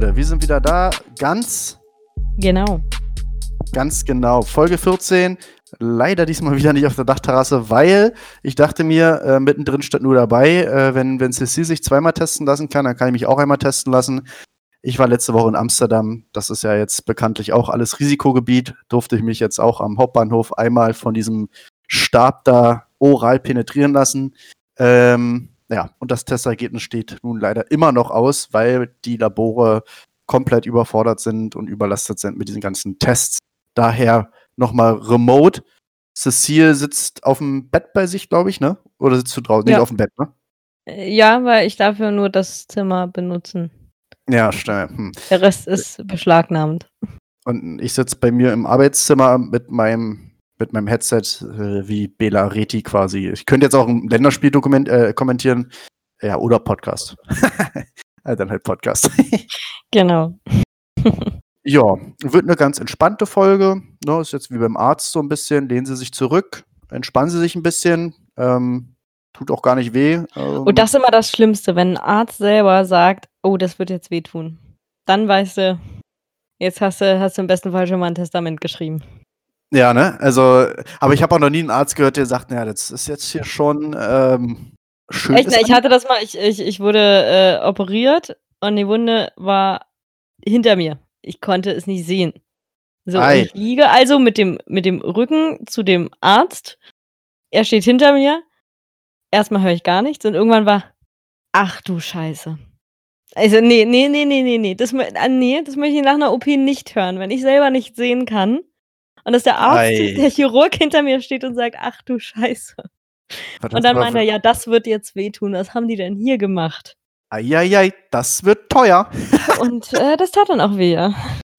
Leute, wir sind wieder da. Ganz genau. Folge 14. Leider diesmal wieder nicht auf der Dachterrasse, weil ich dachte mir, mittendrin stand nur dabei, wenn Cecile sich zweimal testen lassen kann, dann kann ich mich auch einmal testen lassen. Ich war letzte Woche in Amsterdam. Das ist ja jetzt bekanntlich auch alles Risikogebiet. Durfte ich mich jetzt auch am Hauptbahnhof einmal von diesem Stab da oral penetrieren lassen. Ja, und das Testergebnis steht nun leider immer noch aus, weil die Labore komplett überfordert sind und überlastet sind mit diesen ganzen Tests. Daher nochmal remote. Cecile sitzt auf dem Bett bei sich, glaube ich, ne? Oder sitzt du draußen? Ja. Nicht auf dem Bett, ne? Ja, weil ich darf ja nur das Zimmer benutzen. Ja, stimmt. Der Rest ist beschlagnahmt. Und ich sitze bei mir im Arbeitszimmer mit meinem Headset wie Bela Reti quasi. Ich könnte jetzt auch ein Länderspiel kommentieren. Ja, oder Podcast. Dann halt Podcast. Genau. Ja, wird eine ganz entspannte Folge. Ne, ist jetzt wie beim Arzt so ein bisschen. Lehnen Sie sich zurück, entspannen Sie sich ein bisschen. Tut auch gar nicht weh. Und das ist immer das Schlimmste, wenn ein Arzt selber sagt, oh, das wird jetzt wehtun. Dann weißt du, jetzt hast du im besten Fall schon mal ein Testament geschrieben. Ja, ne? Also, aber ich habe auch noch nie einen Arzt gehört, der sagt, naja, das ist jetzt hier schon schön. Echt? Ich hatte das mal, ich wurde operiert und die Wunde war hinter mir. Ich konnte es nicht sehen. So, und ich liege also mit dem Rücken zu dem Arzt. Er steht hinter mir. Erstmal höre ich gar nichts und irgendwann war, ach du Scheiße. Also, nee. Das möchte ich nach einer OP nicht hören, wenn ich selber nicht sehen kann. Und dass der Arzt, der Chirurg hinter mir steht und sagt, ach du Scheiße. Und dann meint er, ja, das wird jetzt wehtun. Was haben die denn hier gemacht? Eieiei, das wird teuer. Und das tat dann auch weh, ja.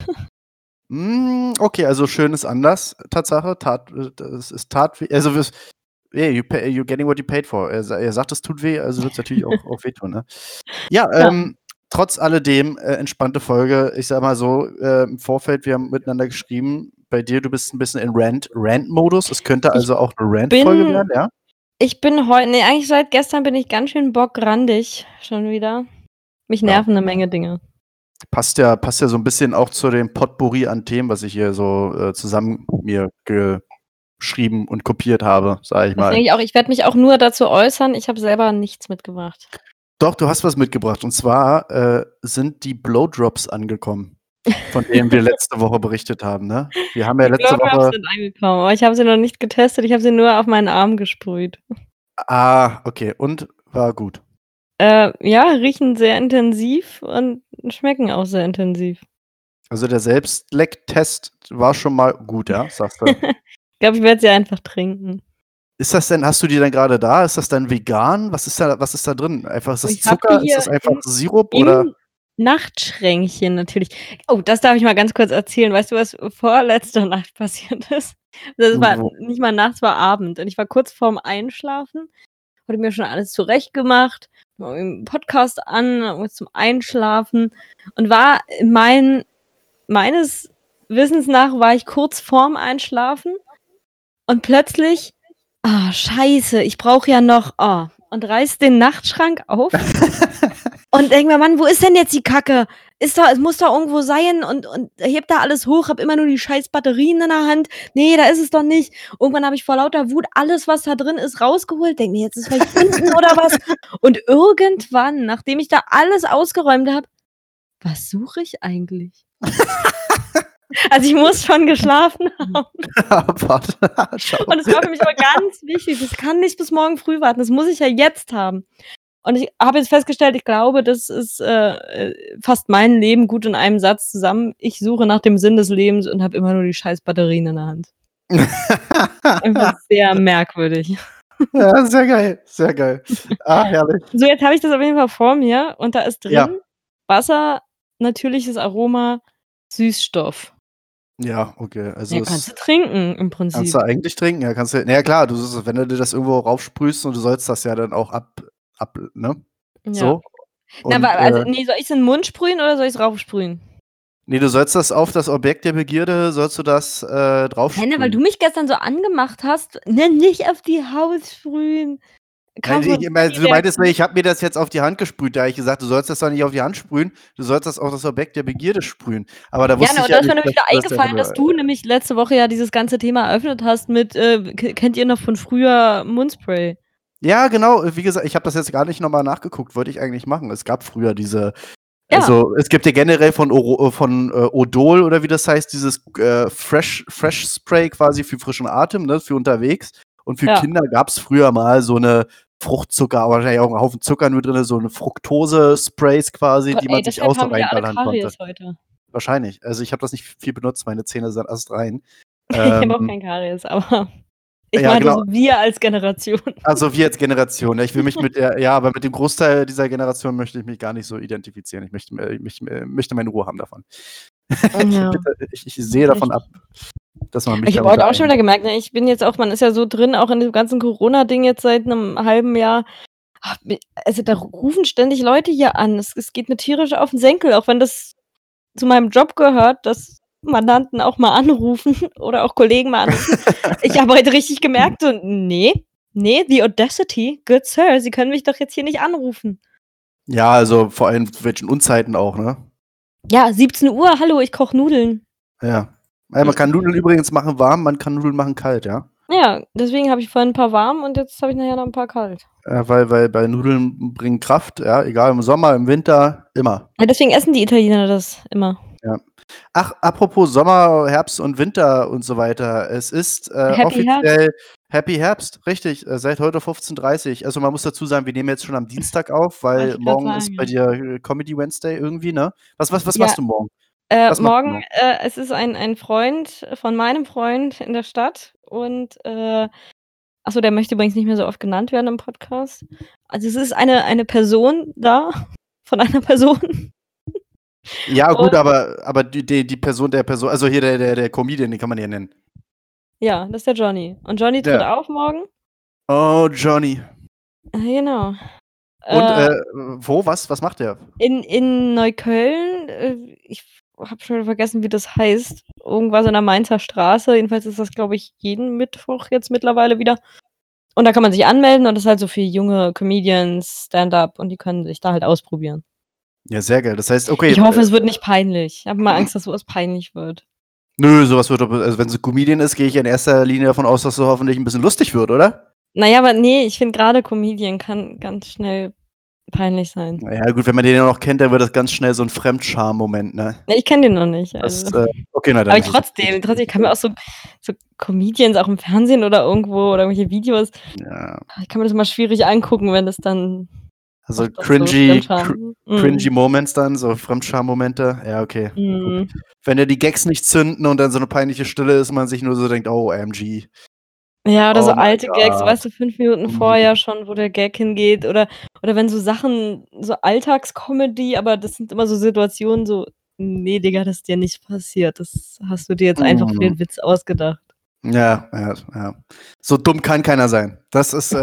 Okay, also schön ist anders, Tatsache. Das ist also you're getting what you paid for. Er sagt, es tut weh, also wird es natürlich auch wehtun, ne? Ja, trotz alledem, entspannte Folge. Ich sag mal so, im Vorfeld, wir haben miteinander geschrieben, bei dir, du bist ein bisschen in Rant-Modus. Es könnte also auch eine Rant-Folge werden, ja? Ich bin eigentlich seit gestern bin ich ganz schön bockrandig schon wieder. Mich nerven eine Menge Dinge. Passt ja so ein bisschen auch zu dem Potpourri an Themen, was ich hier so zusammen mir geschrieben und kopiert habe, sage ich mal. Das denke ich auch. Ich werde mich auch nur dazu äußern. Ich habe selber nichts mitgebracht. Doch, du hast was mitgebracht. Und zwar sind die Blowdrops angekommen, von denen wir letzte Woche berichtet haben, ne? Wir haben ja letzte Woche. Die Blowdrops sind angekommen, aber ich habe sie noch nicht getestet. Ich habe sie nur auf meinen Arm gesprüht. Ah, okay. Und war gut? Ja, riechen sehr intensiv und schmecken auch sehr intensiv. Also der Selbstlecktest war schon mal gut, ja? Sagst du? Ich glaube, ich werde sie einfach trinken. Ist das denn, hast du die denn gerade da? Ist das dann vegan? Was ist da drin? Einfach, ist das Zucker? Ist das einfach Sirup? Oder? Nachtschränkchen natürlich. Oh, das darf ich mal ganz kurz erzählen. Weißt du, was vorletzte Nacht passiert ist? Das war nicht mal nachts, war Abend. Und ich war kurz vorm Einschlafen, hatte mir schon alles zurecht gemacht, einen Podcast an, zum Einschlafen und war meines Wissens nach war ich kurz vorm Einschlafen und plötzlich, scheiße, ich brauche ja noch, und reiß den Nachtschrank auf und denk mir, Mann, wo ist denn jetzt die Kacke? Es muss da irgendwo sein und heb da alles hoch, hab immer nur die scheiß Batterien in der Hand. Nee, da ist es doch nicht. Irgendwann habe ich vor lauter Wut alles, was da drin ist, rausgeholt. Denk mir, jetzt ist vielleicht unten oder was. Und irgendwann, nachdem ich da alles ausgeräumt habe, was suche ich eigentlich? Also ich muss schon geschlafen haben. Und es war für mich aber ganz wichtig, das kann nicht bis morgen früh warten, das muss ich ja jetzt haben. Und ich habe jetzt festgestellt, ich glaube, das ist fasst mein Leben gut in einem Satz zusammen. Ich suche nach dem Sinn des Lebens und habe immer nur die scheiß Batterien in der Hand. Einfach sehr merkwürdig. Ja, sehr geil, sehr geil. Herrlich. So, jetzt habe ich das auf jeden Fall vor mir und da ist drin Wasser, natürliches Aroma, Süßstoff. Ja, okay. Also ja, kannst du trinken im Prinzip. Kannst du eigentlich trinken, ja, kannst du. Naja, klar, wenn du dir das irgendwo raufsprühst und du sollst das ja dann auch ab, ne? Ja. So. Und, soll ich es in den Mund sprühen oder soll ich es raufsprühen? Nee, du sollst das auf das Objekt der Begierde, sollst du das drauf sprühen. Weil du mich gestern so angemacht hast, nicht auf die Haut sprühen. Du meintest, ich habe mir das jetzt auf die Hand gesprüht. Da habe ich gesagt, du sollst das doch nicht auf die Hand sprühen, du sollst das auf das Objekt der Begierde sprühen. Aber da wusste ich da ist mir nämlich wieder eingefallen, dass du nämlich letzte Woche ja dieses ganze Thema eröffnet hast mit, kennt ihr noch von früher Mundspray? Ja, genau. Wie gesagt, ich habe das jetzt gar nicht nochmal nachgeguckt, wollte ich eigentlich machen. Es gab früher diese, also es gibt ja generell von Odol oder wie das heißt, dieses Fresh Spray quasi für frischen Atem, ne, für unterwegs. Und für Kinder gab es früher mal so eine Fruchtzucker, aber wahrscheinlich auch einen Haufen Zucker nur drin, so eine Fructose-Sprays quasi, die man sich auch so reinballern konnte. Heute. Wahrscheinlich. Also ich habe das nicht viel benutzt, meine Zähne sind erst rein. Ich habe auch kein Karies, aber ich meine, genau. So wir als Generation. Also wir als Generation. Ich will mich aber mit dem Großteil dieser Generation möchte ich mich gar nicht so identifizieren. Ich möchte meine Ruhe haben davon. Ja. Ich sehe davon ab, dass man mich. Ich habe heute auch schon wieder gemerkt, ne? Ich bin jetzt auch, man ist ja so drin, auch in dem ganzen Corona-Ding jetzt seit einem halben Jahr. Also da rufen ständig Leute hier an. Es geht mir tierisch auf den Senkel, auch wenn das zu meinem Job gehört, dass Mandanten auch mal anrufen oder auch Kollegen mal anrufen. Ich habe heute richtig gemerkt, so, nee, the audacity, good sir, Sie können mich doch jetzt hier nicht anrufen. Ja, also vor allem zu welchen Unzeiten auch, ne? Ja, 17 Uhr, hallo, ich koche Nudeln. Ja. Man kann Nudeln übrigens machen warm, man kann Nudeln machen kalt, ja? Ja, deswegen habe ich vorhin ein paar warm und jetzt habe ich nachher noch ein paar kalt. Weil bei Nudeln bringen Kraft, ja, egal, im Sommer, im Winter, immer. Ja, deswegen essen die Italiener das immer. Ja. Ach, apropos Sommer, Herbst und Winter und so weiter. Es ist offiziell Happy Herbst, richtig, seit heute 15:30 Uhr. Also man muss dazu sagen, wir nehmen jetzt schon am Dienstag auf, weil morgen ist bei dir Comedy Wednesday irgendwie, ne? Was machst du morgen? Morgen, es ist ein Freund von meinem Freund in der Stadt und achso, der möchte übrigens nicht mehr so oft genannt werden im Podcast. Also es ist eine Person da, von einer Person. Ja, gut, aber die Person der Person, also hier der Comedian, den kann man ja nennen. Ja, das ist der Johnny. Und Johnny tritt auf morgen. Oh, Johnny. Genau. Und wo? Was macht der? In Neukölln. Ich habe schon vergessen, wie das heißt. Irgendwas in der Mainzer Straße. Jedenfalls ist das, glaube ich, jeden Mittwoch jetzt mittlerweile wieder. Und da kann man sich anmelden und das ist halt so für junge Comedians, Stand-up und die können sich da halt ausprobieren. Ja, sehr geil. Das heißt, okay. Ich hoffe, es wird nicht peinlich. Ich habe mal Angst, dass sowas peinlich wird. Nö, sowas wird, also wenn es ein Comedian ist, gehe ich in erster Linie davon aus, dass es hoffentlich ein bisschen lustig wird, oder? Naja, aber nee, ich finde gerade Comedian kann ganz schnell peinlich sein. Ja gut, wenn man den noch kennt, dann wird das ganz schnell so ein Fremdscham-Moment, ne? Ja, ich kenne den noch nicht. Also. Okay, na dann. Aber trotzdem, ich kann mir auch so Comedians auch im Fernsehen oder irgendwo oder irgendwelche Videos, ich kann mir das mal schwierig angucken, wenn das dann also cringy Moments dann, so Fremdscham-Momente. Ja, okay. Wenn ja die Gags nicht zünden und dann so eine peinliche Stille ist, man sich nur so denkt, oh, OMG. Ja, oder so alte Gags, weißt du, 5 Minuten vorher schon, wo der Gag hingeht. Oder wenn so Sachen, so Alltagscomedy, aber das sind immer so Situationen, so, nee, Digga, das ist dir nicht passiert. Das hast du dir jetzt einfach für den Witz ausgedacht. Ja. So dumm kann keiner sein. Das ist,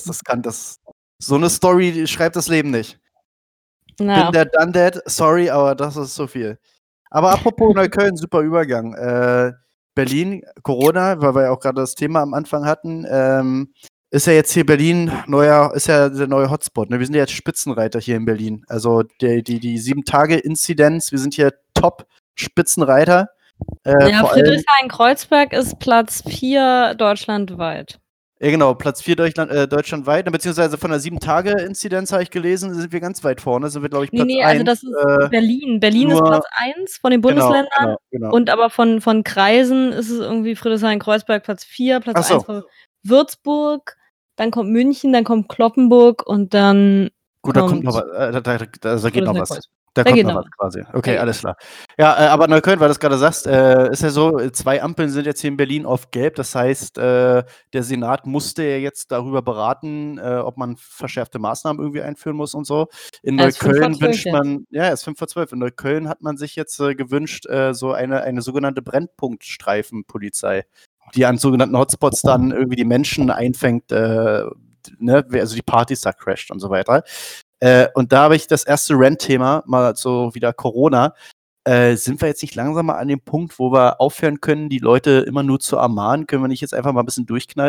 so eine Story schreibt das Leben nicht. Na. Bin der done that, sorry, aber das ist so viel. Aber apropos Neukölln, super Übergang. Berlin, Corona, weil wir ja auch gerade das Thema am Anfang hatten, ist ja jetzt hier Berlin ist ja der neue Hotspot. Ne? Wir sind ja jetzt Spitzenreiter hier in Berlin. Also die 7-Tage-Inzidenz, wir sind hier Top-Spitzenreiter. Friedrichshain-Kreuzberg ist Platz 4 deutschlandweit. Ja, genau, Platz 4 deutschlandweit, beziehungsweise von der 7-Tage-Inzidenz habe ich gelesen, sind wir ganz weit vorne, sind wir, glaube ich, Platz 1. Also das ist Berlin. Berlin ist Platz 1 von den Bundesländern genau. Und aber von Kreisen ist es irgendwie Friedrichshain-Kreuzberg Platz 4, Platz 1 von Würzburg, dann kommt München, dann kommt Kloppenburg und dann gut, da kommt noch was, da geht noch was. Da kommt noch was quasi. Okay, alles klar. Ja, aber Neukölln, weil du das gerade sagst, ist ja so, 2 Ampeln sind jetzt hier in Berlin auf gelb. Das heißt, der Senat musste ja jetzt darüber beraten, ob man verschärfte Maßnahmen irgendwie einführen muss und so. In Neukölln wünscht man, ist 5:12. In Neukölln hat man sich jetzt gewünscht, so eine sogenannte Brennpunktstreifenpolizei, die an sogenannten Hotspots dann irgendwie die Menschen einfängt, also die Partys da crasht und so weiter. Und da habe ich das erste Rant-Thema, mal so wieder Corona. sind wir jetzt nicht langsam mal an dem Punkt, wo wir aufhören können, die Leute immer nur zu ermahnen? Können wir nicht jetzt einfach mal ein bisschen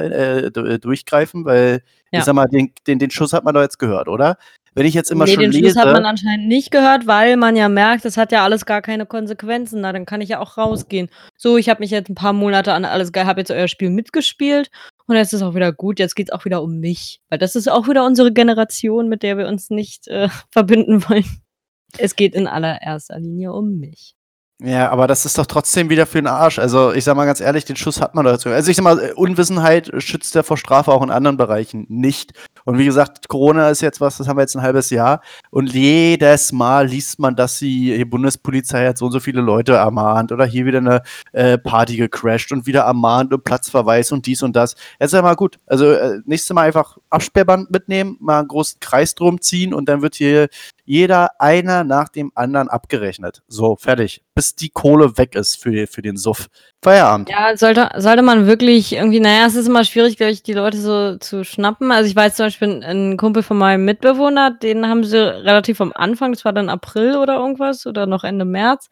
durchgreifen? Weil, ich sag mal, den Schuss hat man doch jetzt gehört, oder? Wenn ich jetzt immer schon lese... den Schuss hat man anscheinend nicht gehört, weil man ja merkt, das hat ja alles gar keine Konsequenzen. Na, dann kann ich ja auch rausgehen. So, ich habe mich jetzt ein paar Monate an alles geil, habe jetzt euer Spiel mitgespielt und jetzt ist auch wieder gut, jetzt geht's auch wieder um mich. Weil das ist auch wieder unsere Generation, mit der wir uns nicht verbinden wollen. Es geht in allererster Linie um mich. Ja, aber das ist doch trotzdem wieder für den Arsch. Also, ich sag mal ganz ehrlich, den Schuss hat man dazu. Also, ich sag mal, Unwissenheit schützt ja vor Strafe auch in anderen Bereichen nicht. Und wie gesagt, Corona ist jetzt was, das haben wir jetzt ein halbes Jahr. Und jedes Mal liest man, dass die Bundespolizei hat so und so viele Leute ermahnt oder hier wieder eine Party gecrashed und wieder ermahnt und Platzverweis und dies und das. Jetzt ist ja mal gut. Also, nächstes Mal einfach Absperrband mitnehmen, mal einen großen Kreis drum ziehen und dann wird hier jeder einer nach dem anderen abgerechnet. So, fertig. Bis die Kohle weg ist für den Suff. Feierabend. Ja, sollte man wirklich irgendwie, naja, es ist immer schwierig, glaube ich, die Leute so zu schnappen. Also ich weiß zum Beispiel, ein Kumpel von meinem Mitbewohner, den haben sie relativ am Anfang, das war dann April oder irgendwas, oder noch Ende März,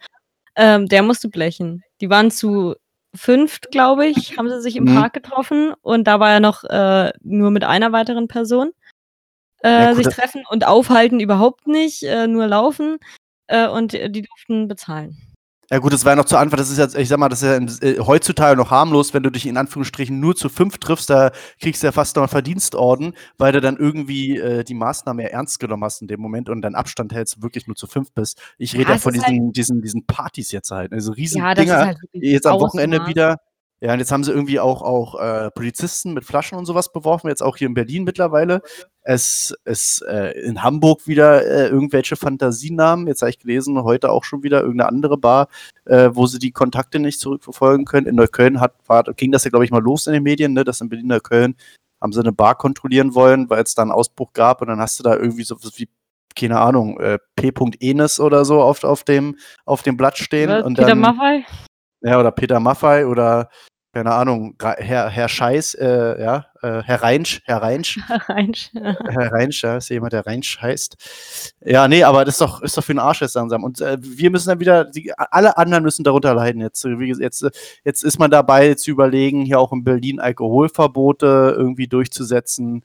der musste blechen. Die waren zu 5, glaube ich, haben sie sich im Park getroffen und da war er noch nur mit einer weiteren Person. Sich treffen und aufhalten überhaupt nicht, nur laufen und die durften bezahlen. Ja gut, das war ja noch zu Anfang, das ist jetzt, ich sag mal, das ist ja heutzutage noch harmlos, wenn du dich in Anführungsstrichen nur zu 5 triffst, da kriegst du ja fast noch einen Verdienstorden, weil du dann irgendwie die Maßnahme ja ernst genommen hast in dem Moment und deinen Abstand hältst, wirklich nur zu 5 bist. Ich rede ja von diesen Partys jetzt halt, also riesen Dinger, halt jetzt am Wochenende wieder. Ja, und jetzt haben sie irgendwie auch Polizisten mit Flaschen und sowas beworfen, jetzt auch hier in Berlin mittlerweile. Es ist in Hamburg wieder irgendwelche Fantasienamen. Jetzt habe ich gelesen, heute auch schon wieder irgendeine andere Bar, wo sie die Kontakte nicht zurückverfolgen können. In Neukölln ging das ja, glaube ich, mal los in den Medien, ne, dass in Berlin-Neukölln haben sie eine Bar kontrollieren wollen, weil es da einen Ausbruch gab und dann hast du da irgendwie so wie, keine Ahnung, P. Enes oder so auf dem Blatt stehen. Und Peter Maffay? Ja, oder Peter Maffay oder keine Ahnung, Herr Scheiß, Herr Reinsch. Herr Reinsch, ja, ist jemand, der Reinsch heißt. Ja, nee, aber das ist doch für den Arsch jetzt langsam. Und wir müssen dann wieder, alle anderen müssen darunter leiden jetzt. Jetzt ist man dabei zu überlegen, hier auch in Berlin Alkoholverbote irgendwie durchzusetzen.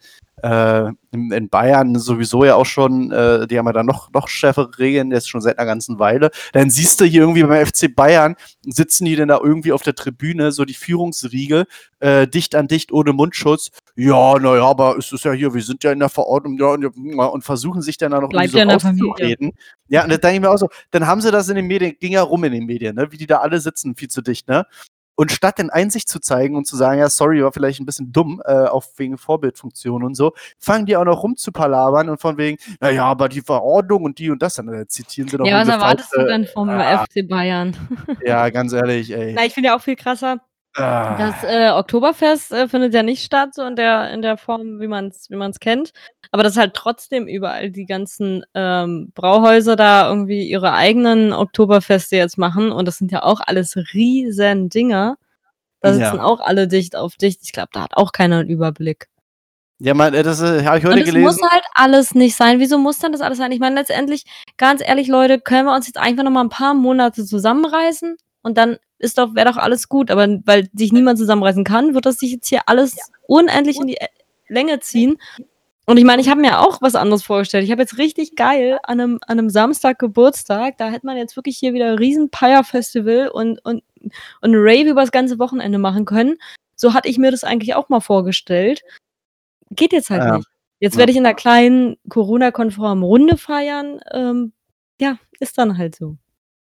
In Bayern sowieso ja auch schon, die haben ja dann noch schärfere Regeln, jetzt schon seit einer ganzen Weile. Dann siehst du hier irgendwie beim FC Bayern, sitzen die denn da irgendwie auf der Tribüne, so die Führungsriege, dicht an dicht, ohne Mundschutz. Ja, naja, aber es ist ja hier, wir sind ja in der Verordnung, ja, und versuchen sich dann da noch irgendwie so rauszureden. Ja, und dann denke ich mir auch so, dann haben sie das in den Medien, ging ja rum in den Medien, ne, wie die da alle sitzen, viel zu dicht, ne? Und statt den Einsicht zu zeigen und zu sagen, ja, sorry, war vielleicht ein bisschen dumm, auch wegen Vorbildfunktion und so, fangen die auch noch rum zu palabern und von wegen, naja, aber die Verordnung und die und das, dann zitieren sie doch. Ja, was erwartest du denn vom FC Bayern? Ja, ganz ehrlich, ey. Na, ich finde ja auch viel krasser, das Oktoberfest findet ja nicht statt, so in der Form, wie man's kennt. Aber dass halt trotzdem überall die ganzen Brauhäuser da irgendwie ihre eigenen Oktoberfeste jetzt machen. Und das sind ja auch alles riesen Dinger. Da sitzen auch alle dicht auf dicht. Ich glaube, da hat auch keiner einen Überblick. Ja, das habe ich heute gelesen. Das muss halt alles nicht sein. Wieso muss dann das alles sein? Ich meine, letztendlich, ganz ehrlich, Leute, können wir uns jetzt einfach noch mal ein paar Monate zusammenreißen und dann wäre doch alles gut. Aber weil sich niemand zusammenreißen kann, wird das sich jetzt hier alles unendlich in die Länge ziehen. Und ich meine, ich habe mir auch was anderes vorgestellt. Ich habe jetzt richtig geil an einem Samstag Geburtstag, da hätte man jetzt wirklich hier wieder ein riesen Fire-Festival und ein Rave über das ganze Wochenende machen können. So hatte ich mir das eigentlich auch mal vorgestellt. Geht jetzt halt nicht. Jetzt werde ich in einer kleinen Corona-konformen Runde feiern. Ja, ist dann halt so.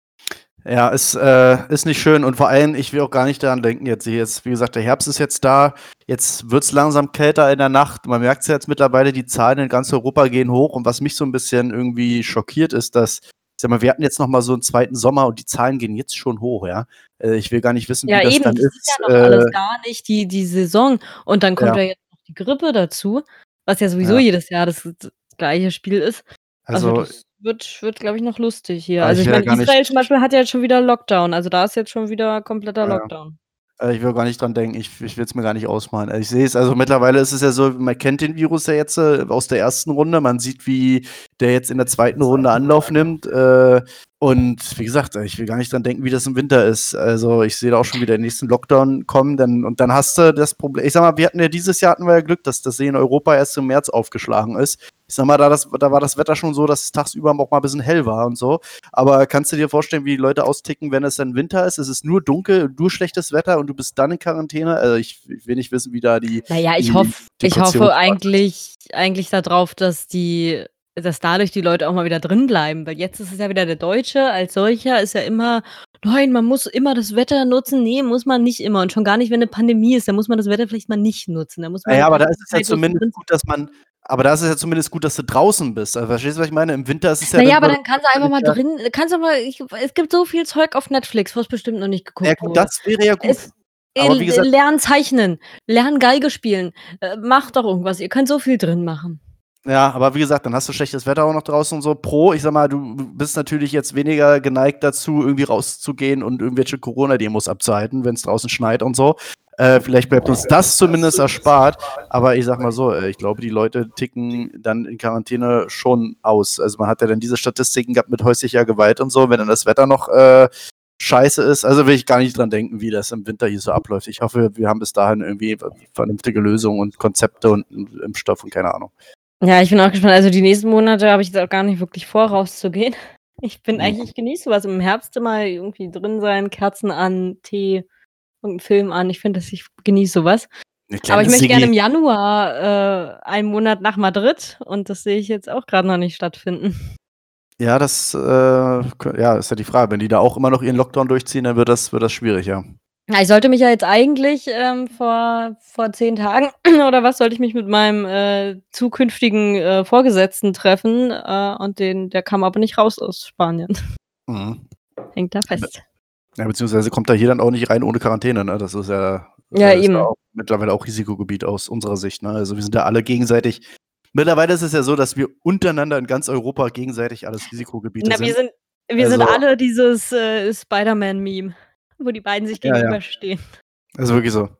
Ja, es ist nicht schön und vor allem, ich will auch gar nicht daran denken, jetzt, wie gesagt, der Herbst ist jetzt da, jetzt wird es langsam kälter in der Nacht, man merkt es ja jetzt mittlerweile, die Zahlen in ganz Europa gehen hoch und was mich so ein bisschen irgendwie schockiert ist, dass, ich sag mal, wir hatten jetzt noch mal so einen zweiten Sommer und die Zahlen gehen jetzt schon hoch, ja. Ich will gar nicht wissen, wie das dann ist. Ja, eben, das ist ja noch alles gar nicht die Saison und dann kommt ja jetzt noch die Grippe dazu, was ja sowieso jedes Jahr das gleiche Spiel ist. Also das wird, glaube ich, noch lustig hier. Also ich meine, Israel zum Beispiel hat ja jetzt schon wieder Lockdown. Also da ist jetzt schon wieder kompletter Lockdown. Ich will gar nicht dran denken. Ich will es mir gar nicht ausmalen. Ich sehe es, also mittlerweile ist es ja so, man kennt den Virus ja jetzt aus der ersten Runde. Man sieht, wie der jetzt in der zweiten Runde Anlauf nimmt. Und wie gesagt, ich will gar nicht dran denken, wie das im Winter ist. Also ich sehe da auch schon wieder den nächsten Lockdown kommen. Und dann hast du das Problem. Ich sag mal, dieses Jahr hatten wir ja Glück, dass das See in Europa erst im März aufgeschlagen ist. Ich sag mal, da war das Wetter schon so, dass es tagsüber auch mal ein bisschen hell war und so. Aber kannst du dir vorstellen, wie die Leute austicken, wenn es dann Winter ist? Es ist nur dunkel, nur schlechtes Wetter und du bist dann in Quarantäne? Also ich will nicht wissen, wie da die. Naja, ich hoffe eigentlich darauf, dass dadurch die Leute auch mal wieder drin bleiben, weil jetzt ist es ja wieder der Deutsche als solcher ist ja immer, nein, man muss immer das Wetter nutzen. Nee, muss man nicht immer und schon gar nicht, wenn eine Pandemie ist, dann muss man das Wetter vielleicht mal nicht nutzen. Da muss man aber da ist es ja zumindest gut, dass du draußen bist. Also, verstehst du, was ich meine? Im Winter ist es ja. Naja, aber dann kannst du einfach mal drin, es gibt so viel Zeug auf Netflix, was bestimmt noch nicht geguckt wurde. Das wäre ja gut. Aber wie gesagt, lernen zeichnen, lernen Geige spielen, macht doch irgendwas. Ihr könnt so viel drin machen. Ja, aber wie gesagt, dann hast du schlechtes Wetter auch noch draußen und so. Ich sag mal, du bist natürlich jetzt weniger geneigt dazu, irgendwie rauszugehen und irgendwelche Corona-Demos abzuhalten, wenn es draußen schneit und so. Vielleicht bleibt uns das zumindest erspart. Aber ich sag mal so, ich glaube, die Leute ticken dann in Quarantäne schon aus. Also man hat ja dann diese Statistiken gehabt mit häuslicher Gewalt und so. Wenn dann das Wetter noch scheiße ist, also will ich gar nicht dran denken, wie das im Winter hier so abläuft. Ich hoffe, wir haben bis dahin irgendwie vernünftige Lösungen und Konzepte und Impfstoff und keine Ahnung. Ja, ich bin auch gespannt. Also die nächsten Monate habe ich jetzt auch gar nicht wirklich vor, rauszugehen. Ich genieße sowas im Herbst immer irgendwie drin sein, Kerzen an, Tee und einen Film an. Ich finde, ich genieße sowas. Aber ich möchte gerne im Januar einen Monat nach Madrid und das sehe ich jetzt auch gerade noch nicht stattfinden. Ja, das ist ja die Frage. Wenn die da auch immer noch ihren Lockdown durchziehen, dann wird das schwierig, ja. Ja, ich sollte mich ja jetzt eigentlich vor 10 Tagen oder was, sollte ich mich mit meinem zukünftigen Vorgesetzten treffen und der kam aber nicht raus aus Spanien. Mhm. Hängt da fest. Ja, beziehungsweise kommt er hier dann auch nicht rein ohne Quarantäne, ne? Das ist ja eben. Auch mittlerweile auch Risikogebiet aus unserer Sicht, ne? Also wir sind da alle gegenseitig. Mittlerweile ist es ja so, dass wir untereinander in ganz Europa gegenseitig alles Risikogebiete sind. Wir sind alle dieses Spider-Man-Meme, wo die beiden sich gegenüberstehen. Also wirklich so.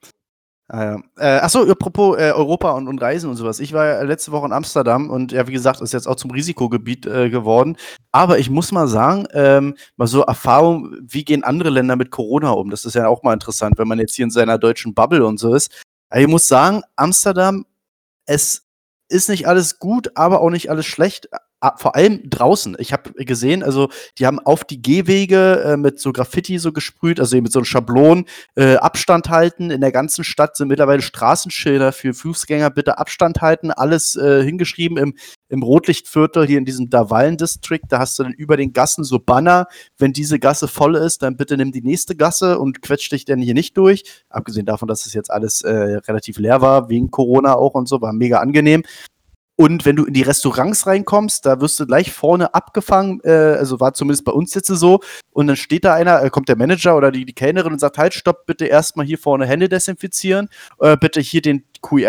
Achso, apropos Europa und Reisen und sowas. Ich war ja letzte Woche in Amsterdam und ja, wie gesagt, ist jetzt auch zum Risikogebiet geworden. Aber ich muss mal sagen, mal so Erfahrung, wie gehen andere Länder mit Corona um? Das ist ja auch mal interessant, wenn man jetzt hier in seiner deutschen Bubble und so ist. Aber ich muss sagen, Amsterdam, es ist nicht alles gut, aber auch nicht alles schlecht. Vor allem draußen. Ich habe gesehen, also die haben auf die Gehwege mit so Graffiti so gesprüht, also mit so einem Schablon Abstand halten. In der ganzen Stadt sind mittlerweile Straßenschilder für Fußgänger, bitte Abstand halten. Alles hingeschrieben im Rotlichtviertel hier in diesem Davalen-District. Da hast du dann über den Gassen so Banner. Wenn diese Gasse voll ist, dann bitte nimm die nächste Gasse und quetsch dich dann hier nicht durch. Abgesehen davon, dass es jetzt alles relativ leer war, wegen Corona auch und so, war mega angenehm. Und wenn du in die Restaurants reinkommst, da wirst du gleich vorne abgefangen, also war zumindest bei uns jetzt so, und dann steht da kommt der Manager oder die Kellnerin und sagt, halt, stopp, bitte erstmal hier vorne Hände desinfizieren, bitte hier den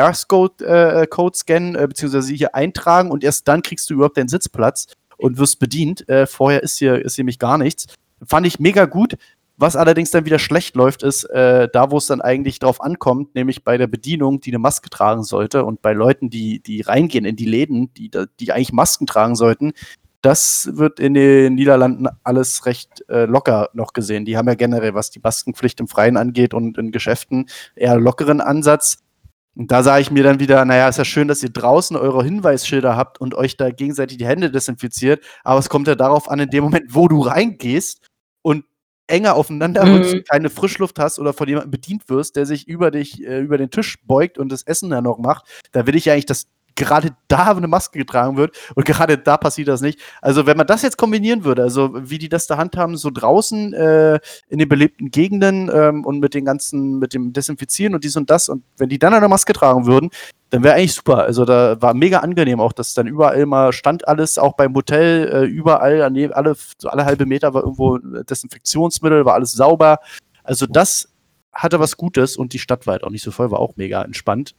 QR-Code scannen, beziehungsweise hier eintragen und erst dann kriegst du überhaupt deinen Sitzplatz und wirst bedient. Vorher ist hier nämlich gar nichts. Fand ich mega gut. Was allerdings dann wieder schlecht läuft, ist da, wo es dann eigentlich drauf ankommt, nämlich bei der Bedienung, die eine Maske tragen sollte und bei Leuten, die reingehen in die Läden, die eigentlich Masken tragen sollten. Das wird in den Niederlanden alles recht locker noch gesehen. Die haben ja generell, was die Maskenpflicht im Freien angeht und in Geschäften, eher lockeren Ansatz. Und da sage ich mir dann wieder, naja, ist ja schön, dass ihr draußen eure Hinweisschilder habt und euch da gegenseitig die Hände desinfiziert, aber es kommt ja darauf an, in dem Moment, wo du reingehst und enger aufeinander rückst, keine Frischluft hast oder von jemandem bedient wirst, der sich über den Tisch beugt und das Essen dann noch macht, da will ich ja eigentlich, dass gerade da eine Maske getragen wird und gerade da passiert das nicht. Also wenn man das jetzt kombinieren würde, also wie die das da handhaben, so draußen in den belebten Gegenden und mit dem Desinfizieren und dies und das und wenn die dann eine Maske tragen würden, dann wäre eigentlich super. Also da war mega angenehm auch, dass dann überall mal stand alles, auch beim Hotel, überall, alle halbe Meter war irgendwo Desinfektionsmittel, war alles sauber. Also das hatte was Gutes und die Stadt war halt auch nicht so voll, war auch mega entspannt.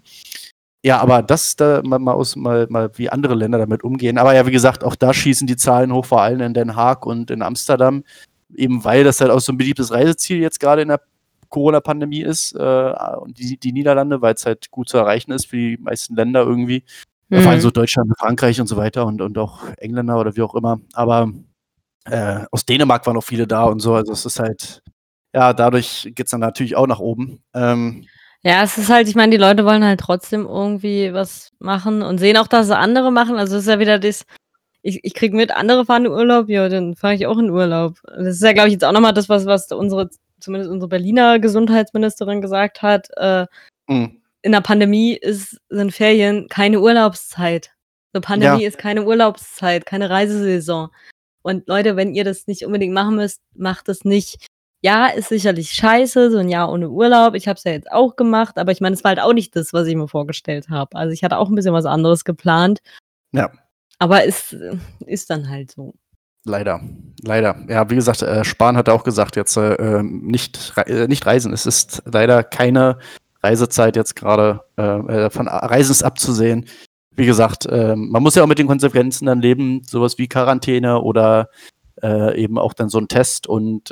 Ja, aber das da mal wie andere Länder damit umgehen. Aber ja, wie gesagt, auch da schießen die Zahlen hoch, vor allem in Den Haag und in Amsterdam, eben weil das halt auch so ein beliebtes Reiseziel jetzt gerade in der Corona-Pandemie ist und die Niederlande, weil es halt gut zu erreichen ist für die meisten Länder irgendwie. Vor allem so Deutschland, Frankreich und so weiter und auch Engländer oder wie auch immer. Aber Aus Dänemark waren auch viele da und so. Also es ist halt, ja, dadurch geht es dann natürlich auch nach oben. Ja, es ist halt, ich meine, die Leute wollen halt trotzdem irgendwie was machen und sehen auch, dass es andere machen. Also es ist ja wieder das, ich kriege mit, andere fahren in Urlaub, ja, dann fahre ich auch in Urlaub. Das ist ja, glaube ich, jetzt auch nochmal das, was zumindest unsere Berliner Gesundheitsministerin gesagt hat. In der Pandemie sind Ferien keine Urlaubszeit. Eine Pandemie ist keine Urlaubszeit, keine Reisesaison. Und Leute, wenn ihr das nicht unbedingt machen müsst, macht es nicht. Ja, ist sicherlich scheiße, so ein Jahr ohne Urlaub. Ich habe es ja jetzt auch gemacht, aber ich meine, es war halt auch nicht das, was ich mir vorgestellt habe. Also ich hatte auch ein bisschen was anderes geplant. Ja. Aber es ist dann halt so. Leider. Ja, wie gesagt, Spahn hat auch gesagt, jetzt nicht reisen. Es ist leider keine Reisezeit jetzt gerade von Reisen abzusehen. Wie gesagt, man muss ja auch mit den Konsequenzen dann leben, sowas wie Quarantäne oder eben auch dann so ein Test und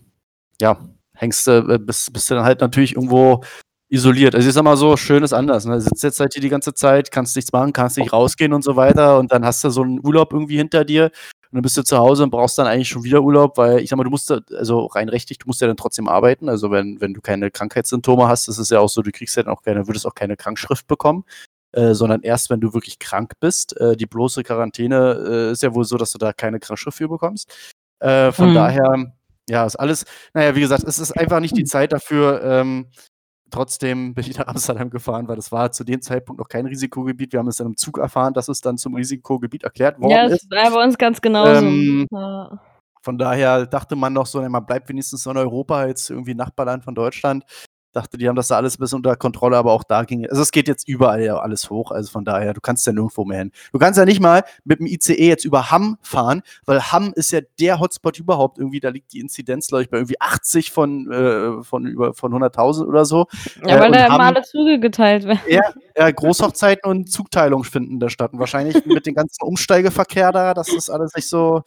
hängst du, bist du dann halt natürlich irgendwo isoliert. Also ich sag mal so, schön ist anders. Ne? Du sitzt jetzt halt hier die ganze Zeit, kannst nichts machen, kannst nicht rausgehen und so weiter und dann hast du so einen Urlaub irgendwie hinter dir und dann bist du zu Hause und brauchst dann eigentlich schon wieder Urlaub, weil ich sag mal, du musst, also rein rechtlich, du musst ja dann trotzdem arbeiten. Also wenn du keine Krankheitssymptome hast, ist es ja auch so, du kriegst ja dann auch würdest auch keine Krankschrift bekommen. Sondern erst, wenn du wirklich krank bist. Die bloße Quarantäne ist ja wohl so, dass du da keine Krankschrift für bekommst. Von daher, ja, ist alles, naja, wie gesagt, es ist einfach nicht die Zeit dafür. Trotzdem bin ich nach Amsterdam gefahren, weil das war zu dem Zeitpunkt noch kein Risikogebiet. Wir haben es dann im Zug erfahren, dass es dann zum Risikogebiet erklärt worden ist. Ja, das war bei uns ganz genauso. Von daher dachte man noch so, man bleibt wenigstens so in Europa, jetzt irgendwie Nachbarland von Deutschland. Dachte, die haben das da alles ein bisschen unter Kontrolle, aber auch da ging, also es geht jetzt überall ja alles hoch, also von daher, du kannst ja nirgendwo mehr hin. Du kannst ja nicht mal mit dem ICE jetzt über Hamm fahren, weil Hamm ist ja der Hotspot überhaupt irgendwie, da liegt die Inzidenz, glaube ich, bei irgendwie 80 von 100.000 oder so. Ja, weil da immer alle Züge geteilt werden. Ja, Großhochzeiten und Zugteilungen finden da statt und wahrscheinlich mit dem ganzen Umsteigeverkehr da, das ist alles nicht so,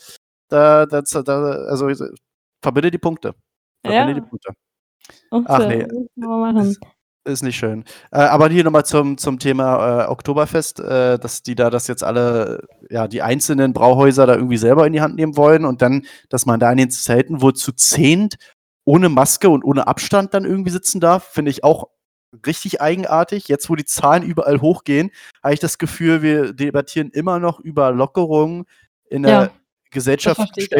also verbinde die Punkte. Verbinde die Punkte. Ach nee, ist nicht schön. Aber hier nochmal zum Thema Oktoberfest, dass die da das jetzt alle, ja, die einzelnen Brauhäuser da irgendwie selber in die Hand nehmen wollen und dann, dass man da in den Zelten wohl zu 10 ohne Maske und ohne Abstand dann irgendwie sitzen darf, finde ich auch richtig eigenartig. Jetzt, wo die Zahlen überall hochgehen, habe ich das Gefühl, wir debattieren immer noch über Lockerungen. In der Gesellschaft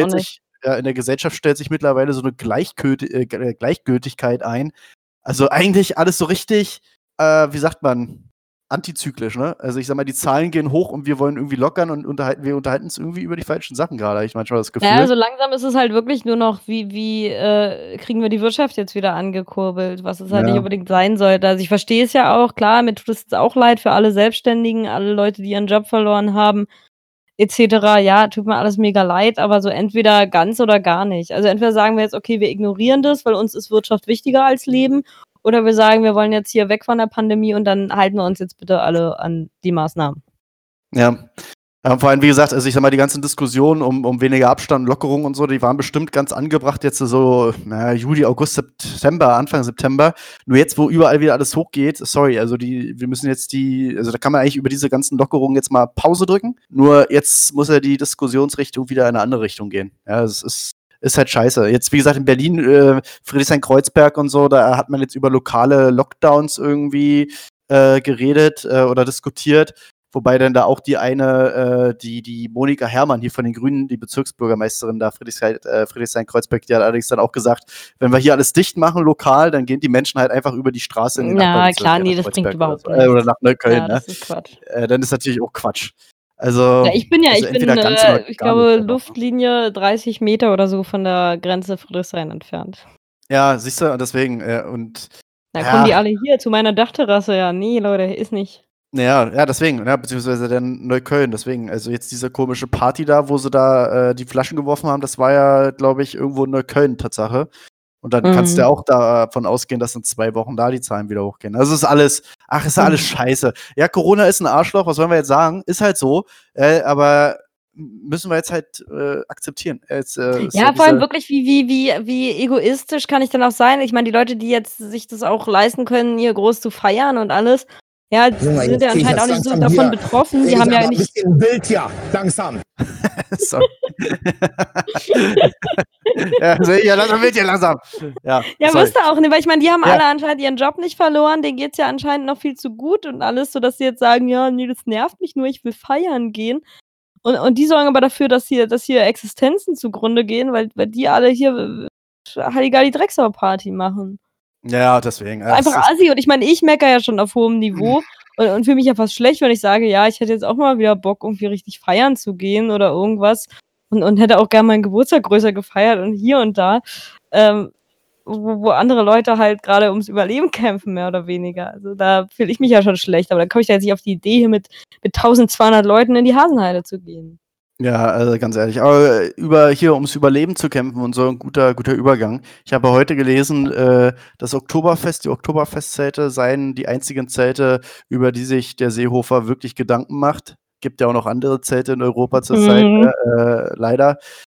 stellt sich mittlerweile so eine Gleichgültigkeit ein. Also eigentlich alles so richtig, wie sagt man, antizyklisch, ne? Also ich sag mal, die Zahlen gehen hoch und wir wollen irgendwie lockern und wir unterhalten uns irgendwie über die falschen Sachen gerade, habe ich manchmal das Gefühl. Ja, also langsam ist es halt wirklich nur noch, wie kriegen wir die Wirtschaft jetzt wieder angekurbelt, was es halt nicht unbedingt sein sollte. Also ich verstehe es ja auch, klar, mir tut es jetzt auch leid für alle Selbstständigen, alle Leute, die ihren Job verloren haben, etc. Ja, tut mir alles mega leid, aber so entweder ganz oder gar nicht. Also entweder sagen wir jetzt, okay, wir ignorieren das, weil uns ist Wirtschaft wichtiger als Leben, oder wir sagen, wir wollen jetzt hier weg von der Pandemie und dann halten wir uns jetzt bitte alle an die Maßnahmen. Ja. Vor allem, wie gesagt, also ich sag mal, die ganzen Diskussionen um weniger Abstand, Lockerung und so, die waren bestimmt ganz angebracht jetzt so, Juli, August, September, Anfang September. Nur jetzt, wo überall wieder alles hochgeht, sorry, also wir müssen jetzt also da kann man eigentlich über diese ganzen Lockerungen jetzt mal Pause drücken. Nur jetzt muss ja die Diskussionsrichtung wieder in eine andere Richtung gehen. Ja, es ist halt scheiße. Jetzt, wie gesagt, in Berlin, Friedrichshain-Kreuzberg und so, da hat man jetzt über lokale Lockdowns irgendwie geredet oder diskutiert. Wobei dann da auch die Monika Herrmann hier von den Grünen, die Bezirksbürgermeisterin da, Friedrichshain-Kreuzberg, die hat allerdings dann auch gesagt, wenn wir hier alles dicht machen lokal, dann gehen die Menschen halt einfach über die Straße in den Nachbarbezirk. Ja, klar, nee, das bringt überhaupt nichts. Oder nach Neukölln, ja, das ist Quatsch. Dann ist natürlich auch Quatsch. Also, ich bin ich glaube, Luftlinie 30 Meter oder so von der Grenze Friedrichshain entfernt. Ja, siehst du, deswegen, Dann kommen die alle hier zu meiner Dachterrasse, ja, nee, Leute, ist nicht. Ja, deswegen, beziehungsweise dann Neukölln, deswegen, also jetzt diese komische Party da, wo sie da die Flaschen geworfen haben, das war ja, glaube ich, irgendwo in Neukölln, Tatsache. Und dann kannst du ja auch davon ausgehen, dass in 2 Wochen da die Zahlen wieder hochgehen. Also ist alles scheiße. Ja, Corona ist ein Arschloch, was wollen wir jetzt sagen? Ist halt so, aber müssen wir jetzt halt akzeptieren. Vor allem wirklich, wie egoistisch kann ich dann auch sein? Ich meine, die Leute, die jetzt sich das auch leisten können, hier groß zu feiern und alles, Ja, die sind ja anscheinend auch nicht so davon betroffen. Die haben ja nicht. Ein bisschen wild hier, langsam. Sorry. Ja, langsam wird ja langsam. Ja, wusste auch nicht, weil ich meine, die haben alle anscheinend ihren Job nicht verloren, denen geht es ja anscheinend noch viel zu gut und alles, sodass sie jetzt sagen, ja, nee, das nervt mich nur, ich will feiern gehen. Und die sorgen aber dafür, dass hier Existenzen zugrunde gehen, weil die alle hier Halligalli Drecksau-Party machen. Ja, deswegen. Einfach assi. Und ich meine, ich meckere ja schon auf hohem Niveau und fühle mich ja fast schlecht, wenn ich sage, ja, ich hätte jetzt auch mal wieder Bock, irgendwie richtig feiern zu gehen oder irgendwas und hätte auch gerne meinen Geburtstag größer gefeiert und hier und da, wo andere Leute halt gerade ums Überleben kämpfen, mehr oder weniger. Also da fühle ich mich ja schon schlecht, aber dann komme ich da jetzt nicht auf die Idee, hier mit 1200 Leuten in die Hasenheide zu gehen. Ja, also ganz ehrlich, aber ums Überleben zu kämpfen und so ein guter Übergang. Ich habe heute gelesen, das Oktoberfest, die Oktoberfestzelte seien die einzigen Zelte, über die sich der Seehofer wirklich Gedanken macht. Gibt ja auch noch andere Zelte in Europa zurzeit, leider.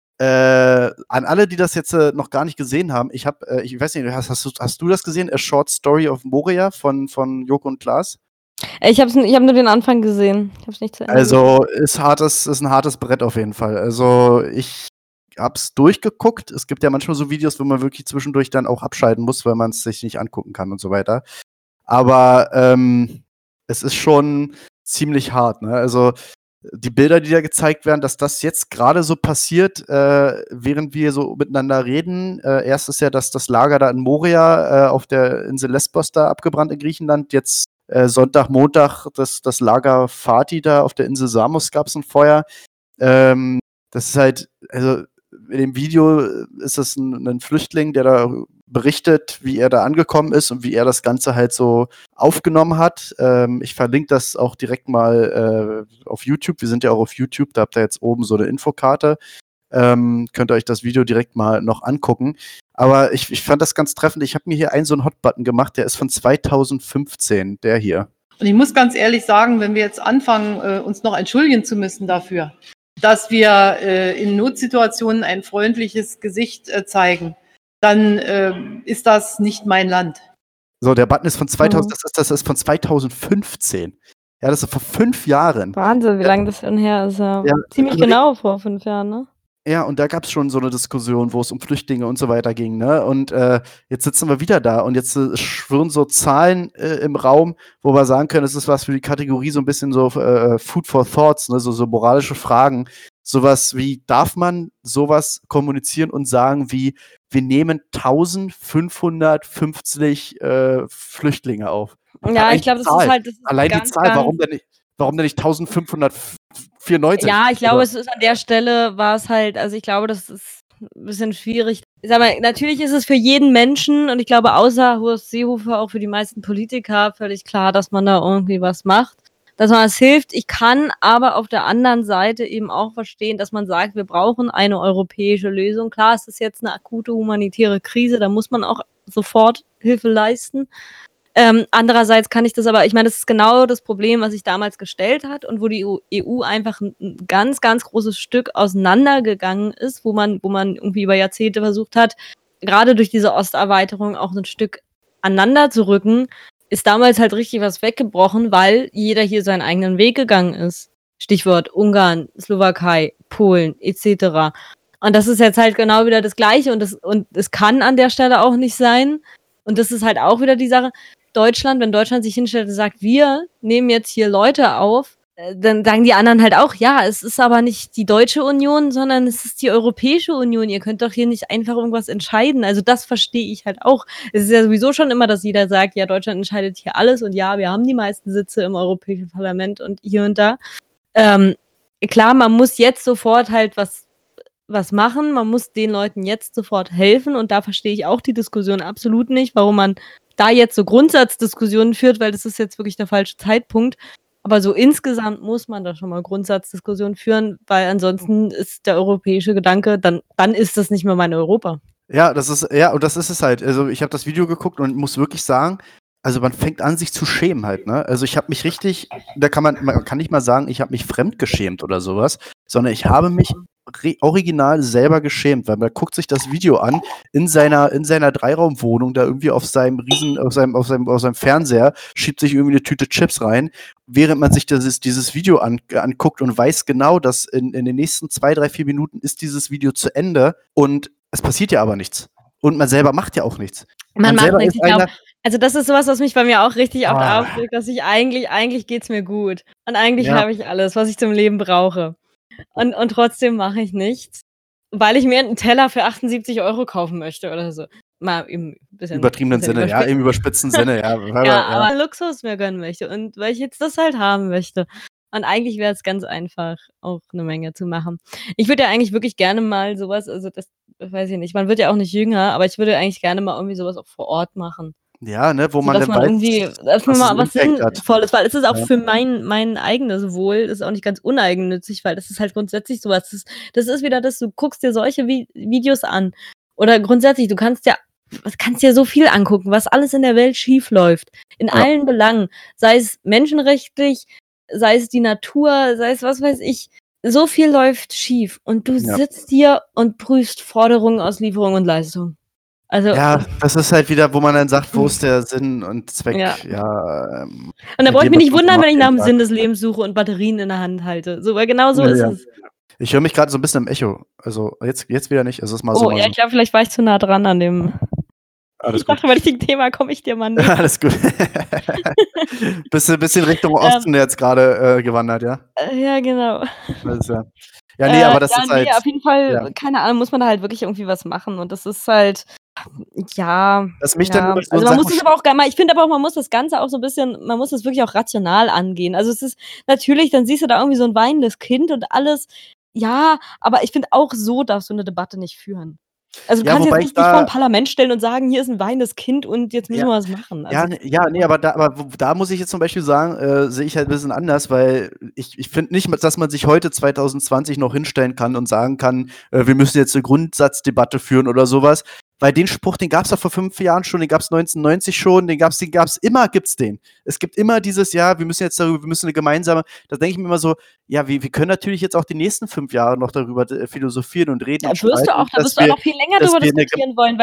An alle, die das jetzt noch gar nicht gesehen haben, ich weiß nicht, hast du das gesehen? A Short Story of Moria von Joko und Klaas? Ich habe nur den Anfang gesehen. Ich hab's nicht zu Ende gesehen. Ist ein hartes Brett auf jeden Fall. Also ich hab's durchgeguckt. Es gibt ja manchmal so Videos, wo man wirklich zwischendurch dann auch abschalten muss, weil man es sich nicht angucken kann und so weiter. Aber es ist schon ziemlich hart, ne? Also die Bilder, die da gezeigt werden, dass das jetzt gerade so passiert, während wir so miteinander reden. Erst ist ja das Lager da in Moria auf der Insel Lesbos da abgebrannt in Griechenland. Jetzt Sonntag, Montag das Lager Fatih da auf der Insel Samos gab es ein Feuer. Das ist halt, also in dem Video ist es ein Flüchtling, der da berichtet, wie er da angekommen ist und wie er das Ganze halt so aufgenommen hat. Ich verlinke das auch direkt mal auf YouTube. Wir sind ja auch auf YouTube, da habt ihr jetzt oben so eine Infokarte. Könnt ihr euch das Video direkt mal noch angucken. Aber ich fand das ganz treffend. Ich habe mir hier so einen Hotbutton gemacht, der ist von 2015, der hier. Und ich muss ganz ehrlich sagen, wenn wir jetzt anfangen, uns noch entschuldigen zu müssen dafür, dass wir in Notsituationen ein freundliches Gesicht zeigen, dann ist das nicht mein Land. So, der Button ist von 2000, das ist von 2015. Ja, das ist vor 5 Jahren. Wahnsinn, wie lange das schon her ist. Ja, ziemlich genau vor 5 Jahren, ne? Ja, und da gab es schon so eine Diskussion, wo es um Flüchtlinge und so weiter ging, ne? Und jetzt sitzen wir wieder da und jetzt schwirren so Zahlen im Raum, wo wir sagen können, es ist was für die Kategorie so ein bisschen so Food for Thoughts, ne? So moralische Fragen. Sowas wie, darf man sowas kommunizieren und sagen wie, wir nehmen 1550 Flüchtlinge auf? Ja, ich glaube, das ist halt. Allein die Zahl, warum denn nicht 1594? Ja, ich glaube, es ist an der Stelle war es halt, also ich glaube, das ist ein bisschen schwierig. Ich sag mal, natürlich ist es für jeden Menschen und ich glaube, außer Horst Seehofer auch für die meisten Politiker völlig klar, dass man da irgendwie was macht, dass man es hilft. Ich kann aber auf der anderen Seite eben auch verstehen, dass man sagt, wir brauchen eine europäische Lösung. Klar, es ist jetzt eine akute humanitäre Krise, da muss man auch sofort Hilfe leisten. Andererseits kann ich das aber, ich meine, das ist genau das Problem, was sich damals gestellt hat und wo die EU einfach ein ganz, ganz großes Stück auseinandergegangen ist, wo man irgendwie über Jahrzehnte versucht hat, gerade durch diese Osterweiterung auch ein Stück aneinander zu rücken, ist damals halt richtig was weggebrochen, weil jeder hier seinen eigenen Weg gegangen ist. Stichwort Ungarn, Slowakei, Polen etc. Und das ist jetzt halt genau wieder das Gleiche und es kann an der Stelle auch nicht sein. Und das ist halt auch wieder die Sache, wenn Deutschland sich hinstellt und sagt, wir nehmen jetzt hier Leute auf, dann sagen die anderen halt auch, ja, es ist aber nicht die Deutsche Union, sondern es ist die Europäische Union. Ihr könnt doch hier nicht einfach irgendwas entscheiden. Also das verstehe ich halt auch. Es ist ja sowieso schon immer, dass jeder sagt, ja, Deutschland entscheidet hier alles und ja, wir haben die meisten Sitze im Europäischen Parlament und hier und da. Klar, man muss jetzt sofort halt was machen. Man muss den Leuten jetzt sofort helfen und da verstehe ich auch die Diskussion absolut nicht, warum man da jetzt so Grundsatzdiskussionen führt, weil das ist jetzt wirklich der falsche Zeitpunkt. Aber so insgesamt muss man da schon mal Grundsatzdiskussionen führen, weil ansonsten ist der europäische Gedanke, dann ist das nicht mehr mein Europa. Ja, und das ist es halt. Also ich habe das Video geguckt und muss wirklich sagen, also man fängt an, sich zu schämen halt, ne? Also ich habe mich richtig, man kann nicht mal sagen, ich habe mich fremdgeschämt oder sowas, sondern ich habe mich original selber geschämt, weil man guckt sich das Video an in seiner 3-Raum-Wohnung, da irgendwie auf seinem Fernseher, schiebt sich irgendwie eine Tüte Chips rein, während man sich dieses Video anguckt und weiß genau, dass in den nächsten 2, 3, 4 Minuten ist dieses Video zu Ende und es passiert ja aber nichts. Und man selber macht ja auch nichts. Man macht nichts. Also das ist sowas, was mich bei mir auch richtig oft aufregt, dass ich eigentlich geht's mir gut. Und eigentlich habe ich alles, was ich zum Leben brauche. Und trotzdem mache ich nichts, weil ich mir einen Teller für 78 € kaufen möchte oder so. Mal im übertriebenen Sinne, im überspitzten Sinne, ja. Aber Luxus mir gönnen möchte und weil ich jetzt das halt haben möchte. Und eigentlich wäre es ganz einfach, auch eine Menge zu machen. Ich würde ja eigentlich wirklich gerne mal sowas, also das weiß ich nicht, man wird ja auch nicht jünger, aber ich würde eigentlich gerne mal irgendwie sowas auch vor Ort machen. Ja, ne, wo man dann weiß, dass man mal was Sinnvolles, weil es ist auch für mein eigenes Wohl, ist auch nicht ganz uneigennützig, weil das ist halt grundsätzlich sowas. Das ist wieder das, du guckst dir solche Videos an. Oder grundsätzlich, du kannst ja so viel angucken, was alles in der Welt schief läuft. In allen Belangen. Sei es menschenrechtlich, sei es die Natur, sei es was weiß ich. So viel läuft schief. Und du sitzt hier und prüfst Forderungen aus Lieferung und Leistung. Also, ja, das ist halt wieder, wo man dann sagt, wo ist der Sinn und Zweck. Und da brauche ich mich nicht wundern, wenn ich nach dem Sinn des Lebens suche und Batterien in der Hand halte. So, weil genau so ist es. Ich höre mich gerade so ein bisschen im Echo. Also jetzt wieder nicht. Es ist mal so. Ich glaube, vielleicht war ich zu nah dran an dem. Alles gut. Bei dem Thema komme ich dir mal nicht. Alles gut. Bisschen Richtung Osten jetzt gerade gewandert, ja? Ja, genau. Das ist ja, nee, aber das ist halt. Auf jeden Fall, keine Ahnung, muss man da halt wirklich irgendwie was machen. Und das ist halt, dass mich dann also man muss es aber auch, ich finde aber auch, man muss das Ganze auch so ein bisschen, man muss das wirklich auch rational angehen. Also es ist natürlich, dann siehst du da irgendwie so ein weinendes Kind und alles. Ja, aber ich finde auch so darfst du eine Debatte nicht führen. Also du kannst jetzt nicht vor ein Parlament stellen und sagen, hier ist ein weinendes Kind und jetzt müssen wir was machen. Also, aber da muss ich jetzt zum Beispiel sagen, sehe ich halt ein bisschen anders, weil ich finde nicht, dass man sich heute 2020 noch hinstellen kann und sagen kann, wir müssen jetzt eine Grundsatzdebatte führen oder sowas. Weil den Spruch, den gab es doch vor 5 Jahren schon, den gab es 1990 schon, den gab's immer, gibt's den. Es gibt immer dieses, wir müssen eine gemeinsame, da denke ich mir immer so, wir können natürlich jetzt auch die nächsten 5 Jahre noch darüber philosophieren und reden. Da wirst du auch noch viel länger darüber diskutieren wollen,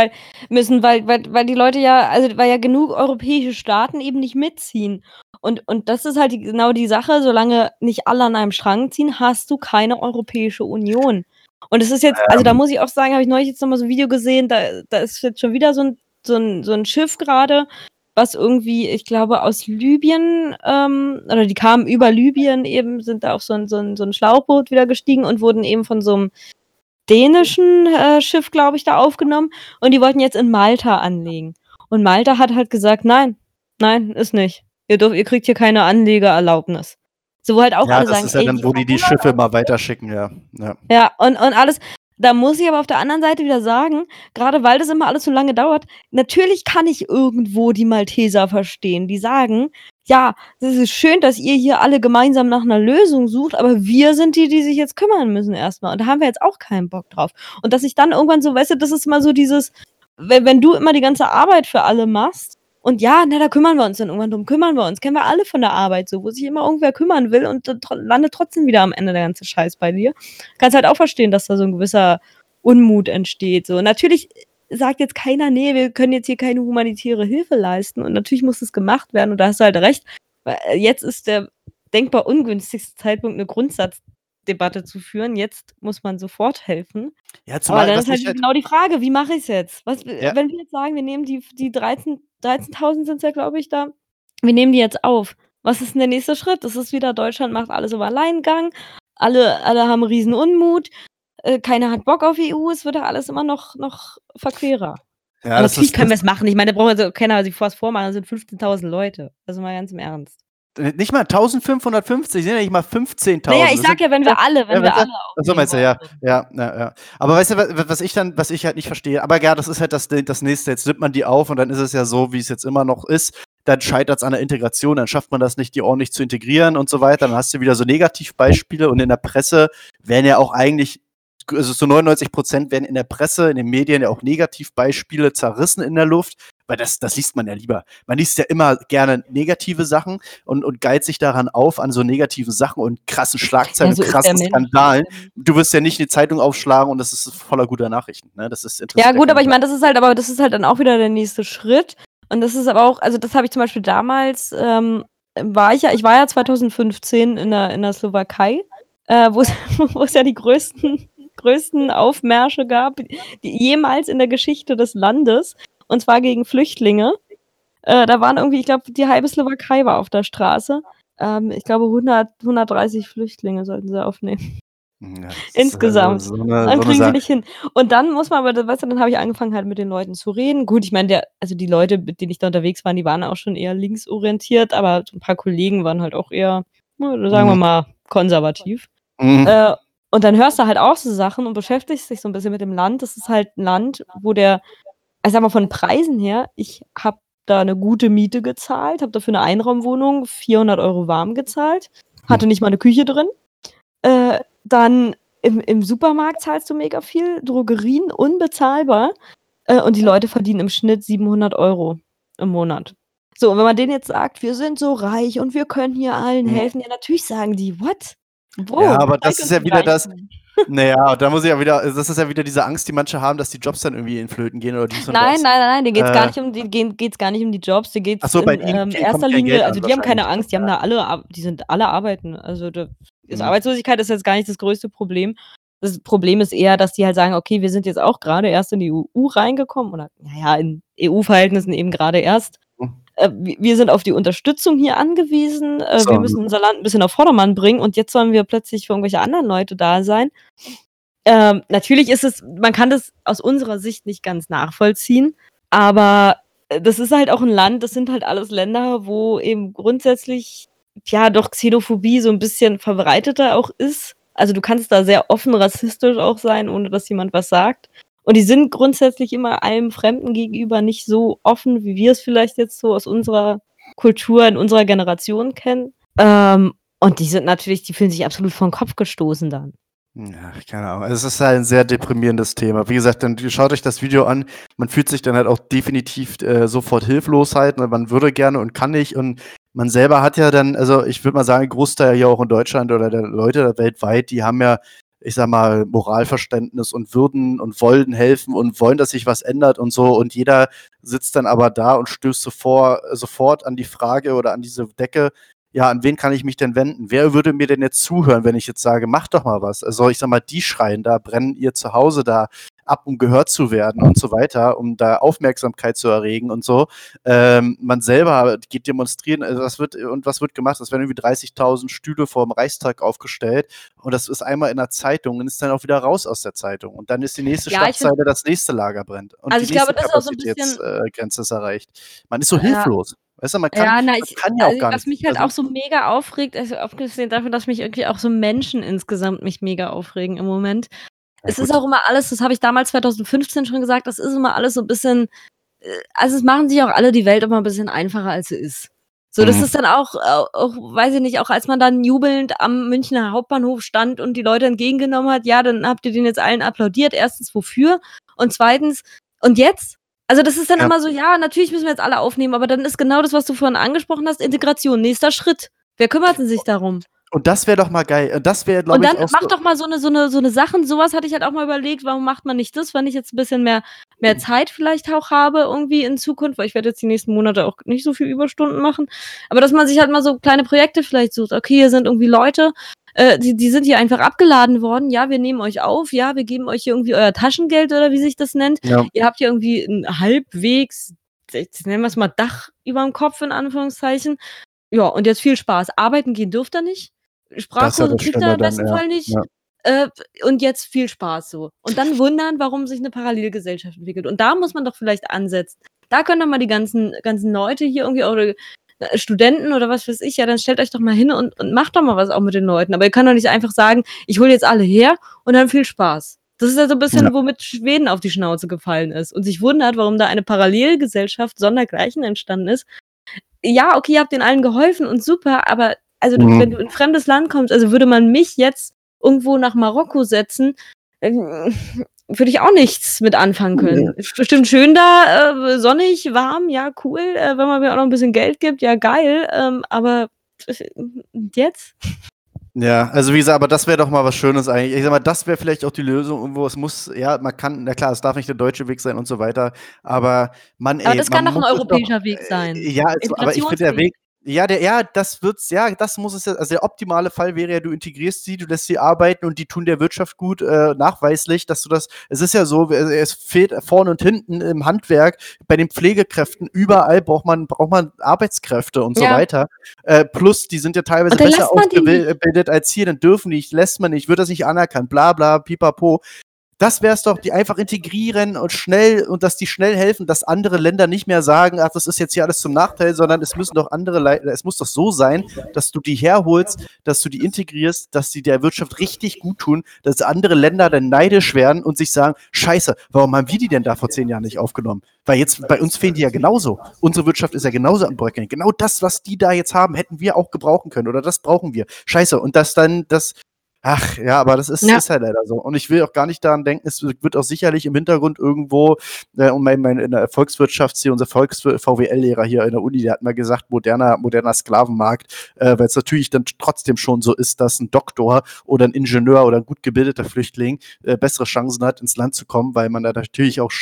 weil die Leute weil ja genug europäische Staaten eben nicht mitziehen. Und das ist halt genau die Sache, solange nicht alle an einem Strang ziehen, hast du keine Europäische Union. Und es ist jetzt, also da muss ich auch sagen, habe ich neulich jetzt nochmal so ein Video gesehen, da ist jetzt schon wieder so ein Schiff gerade, was irgendwie, ich glaube, aus Libyen, oder die kamen über Libyen eben, sind da auf so ein Schlauchboot wieder gestiegen und wurden eben von so einem dänischen Schiff, glaube ich, da aufgenommen und die wollten jetzt in Malta anlegen. Und Malta hat halt gesagt, nein, ist nicht. Ihr kriegt hier keine Anlegeerlaubnis. So, wo halt auch alle sagen, das ist ja dann, wo die Schiffe mal weiterschicken, Ja, und alles. Da muss ich aber auf der anderen Seite wieder sagen, gerade weil das immer alles so lange dauert, natürlich kann ich irgendwo die Malteser verstehen, die sagen, ja, das ist schön, dass ihr hier alle gemeinsam nach einer Lösung sucht, aber wir sind die sich jetzt kümmern müssen erstmal. Und da haben wir jetzt auch keinen Bock drauf. Und dass ich dann irgendwann so, weißt du, das ist immer so dieses, wenn du immer die ganze Arbeit für alle machst, und da kümmern wir uns dann irgendwann drum, kennen wir alle von der Arbeit so, wo sich immer irgendwer kümmern will und landet trotzdem wieder am Ende der ganze Scheiß bei dir. Kannst halt auch verstehen, dass da so ein gewisser Unmut entsteht. So. Natürlich sagt jetzt keiner, nee, wir können jetzt hier keine humanitäre Hilfe leisten und natürlich muss das gemacht werden und da hast du halt recht, weil jetzt ist der denkbar ungünstigste Zeitpunkt, eine Grundsatzdebatte zu führen. Jetzt muss man sofort helfen. Ja, zumal, aber dann ist halt genau die Frage, wie mache ich es jetzt? Wenn wir jetzt sagen, wir nehmen die 13.000 sind es ja, glaube ich, da. Wir nehmen die jetzt auf. Was ist denn der nächste Schritt? Das ist wieder, Deutschland macht alles über Alleingang. Alle haben riesen Unmut. Keiner hat Bock auf EU. Es wird ja alles immer noch verquerer. Ja, natürlich können wir es machen. Ich meine, da braucht also keiner sich was vormachen. Das sind 15.000 Leute. Also mal ganz im Ernst. Nicht mal 1.550, sind ja nicht mal 15.000. Naja, ich sag ja, wenn wir alle so meinst du, ja. Aber weißt du, was ich halt nicht verstehe, aber ja, das ist halt das Nächste, jetzt nimmt man die auf und dann ist es ja so, wie es jetzt immer noch ist, dann scheitert es an der Integration, dann schafft man das nicht, die ordentlich zu integrieren und so weiter, dann hast du wieder so Negativbeispiele und in der Presse werden ja auch eigentlich, also zu 99% werden in der Presse, in den Medien ja auch Negativbeispiele zerrissen in der Luft, Weil das liest man ja lieber. Man liest ja immer gerne negative Sachen und geilt sich daran auf, an so negativen Sachen und krassen Schlagzeilen Ja, so und ist der krassen Mensch. Skandalen. Du wirst ja nicht die Zeitung aufschlagen und das ist voller guter Nachrichten. Ne? Das ist interessant. Ja, gut, aber ich meine, das ist halt dann auch wieder der nächste Schritt. Und das ist aber auch, also das habe ich zum Beispiel damals, war ich ja 2015 in der Slowakei, wo es ja die größten Aufmärsche gab, die jemals in der Geschichte des Landes, und zwar gegen Flüchtlinge. Da waren irgendwie, ich glaube, die halbe Slowakei war auf der Straße. Ich glaube, 130 Flüchtlinge sollten sie aufnehmen. Ja, Insgesamt. Dann kriegen sie nicht hin. Und dann muss man aber, weißt du, dann habe ich angefangen halt mit den Leuten zu reden. Gut, ich meine, die Leute, mit denen ich da unterwegs war, die waren auch schon eher linksorientiert, aber ein paar Kollegen waren halt auch eher, sagen wir mal, konservativ. Und dann hörst du halt auch so Sachen und beschäftigst dich so ein bisschen mit dem Land. Das ist halt ein Land, wo ich sag mal, von Preisen her, ich habe da eine gute Miete gezahlt, habe dafür eine Einraumwohnung 400 € warm gezahlt, hatte nicht mal eine Küche drin. Dann im Supermarkt zahlst du mega viel, Drogerien unbezahlbar, und die Leute verdienen im Schnitt 700 € im Monat. So, und wenn man denen jetzt sagt, wir sind so reich und wir können hier allen helfen, ja, natürlich sagen die, what? Wo? Ja, aber das ist ja wieder das. Naja, da muss ich ja wieder, das ist ja wieder diese Angst, die manche haben, dass die Jobs dann irgendwie in Flöten gehen oder dies und das. Nein, denen geht's gar nicht um die Jobs, denen geht's bei ihnen erster Linie, also die haben keine Angst, die haben da die sind alle arbeiten. Also Arbeitslosigkeit ist jetzt gar nicht das größte Problem. Das Problem ist eher, dass die halt sagen, okay, wir sind jetzt auch gerade erst in die EU reingekommen oder naja, in EU-Verhältnissen eben gerade erst. Wir sind auf die Unterstützung hier angewiesen, wir müssen unser Land ein bisschen auf Vordermann bringen und jetzt sollen wir plötzlich für irgendwelche anderen Leute da sein. Natürlich man kann das aus unserer Sicht nicht ganz nachvollziehen, aber das ist halt auch ein Land, das sind halt alles Länder, wo eben grundsätzlich, ja, doch Xenophobie so ein bisschen verbreiteter auch ist. Also du kannst da sehr offen rassistisch auch sein, ohne dass jemand was sagt. Und die sind grundsätzlich immer allem Fremden gegenüber nicht so offen, wie wir es vielleicht jetzt so aus unserer Kultur in unserer Generation kennen. Und die fühlen sich absolut vor den Kopf gestoßen dann. Ja, keine Ahnung. Es ist halt ein sehr deprimierendes Thema. Wie gesagt, dann schaut euch das Video an. Man fühlt sich dann halt auch definitiv sofort hilflos halt. Man würde gerne und kann nicht. Und man selber hat ja dann, also ich würde mal sagen, Großteil ja auch in Deutschland oder der Leute weltweit, die haben ja, ich sag mal, Moralverständnis und würden und wollen helfen und wollen, dass sich was ändert und so. Und jeder sitzt dann aber da und stößt sofort an die Frage oder an diese Decke, ja, an wen kann ich mich denn wenden? Wer würde mir denn jetzt zuhören, wenn ich jetzt sage, mach doch mal was? Also ich sag mal, die schreien da, brennen ihr Zuhause da ab, um gehört zu werden und so weiter, um da Aufmerksamkeit zu erregen und so. Man selber geht demonstrieren, also was wird gemacht? Es werden irgendwie 30.000 Stühle vor dem Reichstag aufgestellt und das ist einmal in der Zeitung und ist dann auch wieder raus aus der Zeitung. Und dann ist die nächste Schlagzeile, das nächste Lager brennt. Und also die ich glaube, das ist auch so ein bisschen Grenze ist erreicht. Man ist so hilflos. Weißt du, man kann ja auch gar nicht. Was mich halt auch so mega aufregt, also abgesehen davon, dass mich irgendwie auch so Menschen insgesamt mich mega aufregen im Moment. Ja, es ist auch immer alles, das habe ich damals 2015 schon gesagt, das ist immer alles so ein bisschen, also es machen sich auch alle die Welt immer ein bisschen einfacher, als sie ist. So, das ist dann auch, weiß ich nicht, auch als man dann jubelnd am Münchner Hauptbahnhof stand und die Leute entgegengenommen hat, ja, dann habt ihr den jetzt allen applaudiert. Erstens, wofür? Und zweitens, und jetzt? Also das ist dann immer so, ja, natürlich müssen wir jetzt alle aufnehmen, aber dann ist genau das, was du vorhin angesprochen hast, Integration, nächster Schritt. Wer kümmert denn sich darum? Und das wäre doch mal geil. Das wäre, glaube ich, auch so. Und dann mach doch mal so eine Sachen, sowas hatte ich halt auch mal überlegt, warum macht man nicht das, wenn ich jetzt ein bisschen mehr Zeit vielleicht auch habe irgendwie in Zukunft, weil ich werde jetzt die nächsten Monate auch nicht so viel Überstunden machen, aber dass man sich halt mal so kleine Projekte vielleicht sucht. Okay, hier sind irgendwie Leute, die sind hier einfach abgeladen worden. Ja, wir nehmen euch auf. Ja, wir geben euch hier irgendwie euer Taschengeld oder wie sich das nennt. Ja. Ihr habt hier irgendwie ein halbwegs, nennen wir es mal, Dach über dem Kopf in Anführungszeichen. Ja, und jetzt viel Spaß. Arbeiten gehen dürft ihr nicht. Sprachkurse kriegt ihr im besten Fall nicht. Ja. Und jetzt viel Spaß so. Und dann wundern, warum sich eine Parallelgesellschaft entwickelt. Und da muss man doch vielleicht ansetzen. Da können doch mal die ganzen Leute hier irgendwie, oder Studenten oder was weiß ich, ja, dann stellt euch doch mal hin und macht doch mal was auch mit den Leuten. Aber ihr könnt doch nicht einfach sagen, ich hole jetzt alle her und dann viel Spaß. Das ist ja so ein bisschen, womit Schweden auf die Schnauze gefallen ist und sich wundert, warum da eine Parallelgesellschaft sondergleichen entstanden ist. Ja, okay, ihr habt den allen geholfen und super, aber also wenn du in ein fremdes Land kommst, also würde man mich jetzt irgendwo nach Marokko setzen, würde ich auch nichts mit anfangen können. Nee. Ist bestimmt schön da, sonnig, warm, ja, cool. Wenn man mir auch noch ein bisschen Geld gibt, ja, geil. Aber jetzt? Ja, also wie gesagt, aber das wäre doch mal was Schönes eigentlich. Ich sag mal, das wäre vielleicht auch die Lösung irgendwo. Es muss, ja, man kann, na klar, es darf nicht der deutsche Weg sein und so weiter, aber Aber das kann man doch ein muss es europäischer Weg sein. ja, also, aber ich finde der Weg, das muss es ja, also der optimale Fall wäre ja, du integrierst sie, du lässt sie arbeiten und die tun der Wirtschaft gut, nachweislich, dass du das, es ist ja so, es fehlt vorne und hinten im Handwerk, bei den Pflegekräften, überall braucht man Arbeitskräfte und so weiter. Plus, die sind ja teilweise besser ausgebildet als hier, dann dürfen die nicht, lässt man nicht, wird das nicht anerkannt, bla bla, pipapo. Das wär's doch, die einfach integrieren und dass die schnell helfen, dass andere Länder nicht mehr sagen, ach, das ist jetzt hier alles zum Nachteil, sondern es muss doch so sein, dass du die herholst, dass du die integrierst, dass die der Wirtschaft richtig gut tun, dass andere Länder dann neidisch werden und sich sagen, scheiße, warum haben wir die denn da vor 10 Jahren nicht aufgenommen? Weil jetzt, bei uns fehlen die ja genauso. Unsere Wirtschaft ist ja genauso am Bröckeln. Genau das, was die da jetzt haben, hätten wir auch gebrauchen können oder das brauchen wir. Scheiße, und ach ja, aber das ist halt leider so. Und ich will auch gar nicht daran denken, es wird auch sicherlich im Hintergrund irgendwo, in der Volkswirtschaft hier, unser VWL-Lehrer hier in der Uni, der hat mal gesagt, moderner Sklavenmarkt, weil es natürlich dann trotzdem schon so ist, dass ein Doktor oder ein Ingenieur oder ein gut gebildeter Flüchtling bessere Chancen hat, ins Land zu kommen, weil man da natürlich auch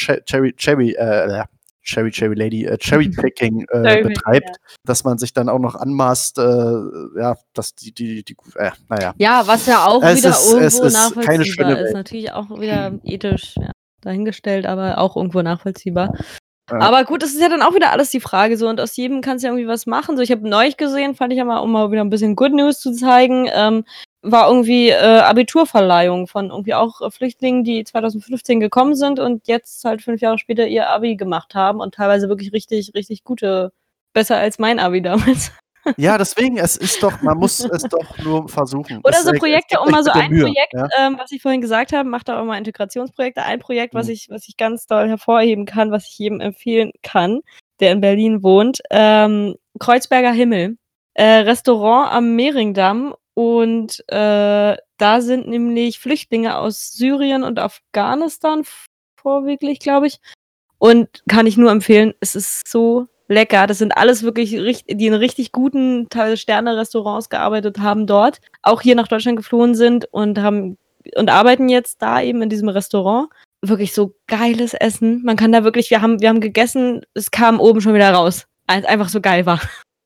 Cherry-Picking betreibt, dass man sich dann auch noch anmaßt, dass naja. Ja, was ja auch wieder irgendwo nachvollziehbar ist. Natürlich auch wieder ethisch dahingestellt, aber auch irgendwo nachvollziehbar. Ja. Aber gut, das ist ja dann auch wieder alles die Frage so und aus jedem kannst du ja irgendwie was machen. So, ich habe neulich gesehen, fand ich ja mal, um mal wieder ein bisschen Good News zu zeigen, war irgendwie Abiturverleihung von irgendwie auch Flüchtlingen, die 2015 gekommen sind und jetzt halt 5 Jahre später ihr Abi gemacht haben und teilweise wirklich richtig, richtig gute, besser als mein Abi damals. Ja, deswegen, man muss es doch nur versuchen. Oder so Projekte, Projekt, was ich vorhin gesagt habe, macht auch immer Integrationsprojekte. Ein Projekt, was ich ganz doll hervorheben kann, was ich jedem empfehlen kann, der in Berlin wohnt, Kreuzberger Himmel, Restaurant am Mehringdamm. Und da sind nämlich Flüchtlinge aus Syrien und Afghanistan vorwiegend, glaube ich. Und kann ich nur empfehlen, es ist so lecker. Das sind alles wirklich, die in richtig guten, teilweise Sterne-Restaurants gearbeitet haben dort. Auch hier nach Deutschland geflohen sind und arbeiten jetzt da eben in diesem Restaurant. Wirklich so geiles Essen. Man kann da wirklich, wir haben gegessen, es kam oben schon wieder raus. Weil es einfach so geil war.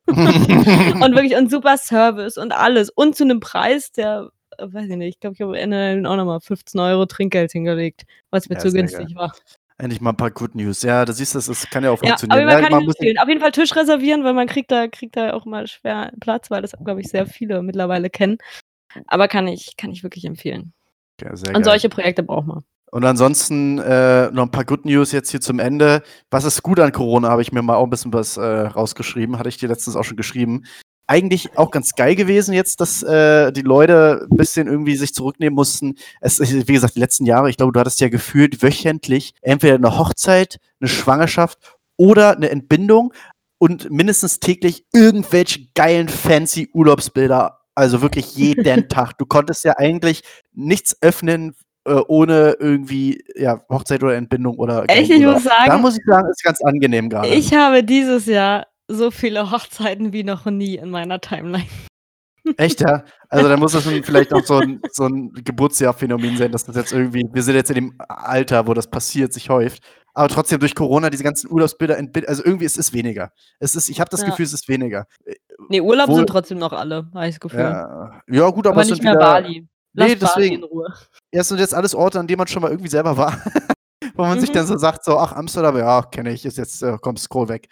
Und wirklich und super Service und alles. Und zu einem Preis, der, weiß ich nicht, ich glaube, ich habe am Ende auch nochmal 15 € Trinkgeld hingelegt, was mir zu günstig war. Endlich mal ein paar Good News. Ja, das siehst du, das kann ja auch funktionieren. Aber man kann nicht empfehlen. Auf jeden Fall Tisch reservieren, weil man kriegt da auch mal schwer Platz, weil das, glaube ich, sehr viele mittlerweile kennen. Aber kann ich wirklich empfehlen. Ja, sehr und geil. Solche Projekte braucht man. Und ansonsten noch ein paar Good News jetzt hier zum Ende. Was ist gut an Corona, habe ich mir mal auch ein bisschen was rausgeschrieben. Hatte ich dir letztens auch schon geschrieben. Eigentlich auch ganz geil gewesen jetzt, dass die Leute ein bisschen irgendwie sich zurücknehmen mussten. Es ist, wie gesagt, die letzten Jahre, ich glaube, du hattest ja gefühlt wöchentlich entweder eine Hochzeit, eine Schwangerschaft oder eine Entbindung und mindestens täglich irgendwelche geilen, fancy Urlaubsbilder. Also wirklich jeden Tag. Du konntest ja eigentlich nichts öffnen, ohne irgendwie Hochzeit oder Entbindung oder echt, ich muss sagen, da muss ich sagen, ist ganz angenehm gerade. Ich habe dieses Jahr so viele Hochzeiten wie noch nie in meiner Timeline. Echt, ja? Also da muss das vielleicht auch so ein Geburtsjahrphänomen sein, dass das jetzt irgendwie, wir sind jetzt in dem Alter, wo das passiert, sich häuft. Aber trotzdem durch Corona diese ganzen Urlaubsbilder, also irgendwie es ist weniger. Ich habe das Gefühl, es ist weniger. Nee, Urlaub sind trotzdem noch alle, habe ich das Gefühl. Ja gut, aber es nicht sind mehr wieder Bali. Lass Bali deswegen. in Ruhe. Ja, es sind jetzt alles Orte, an denen man schon mal irgendwie selber war. Wo man sich dann so sagt, so, ach, Amsterdam, ja, kenne ich, ist jetzt, komm, scroll weg.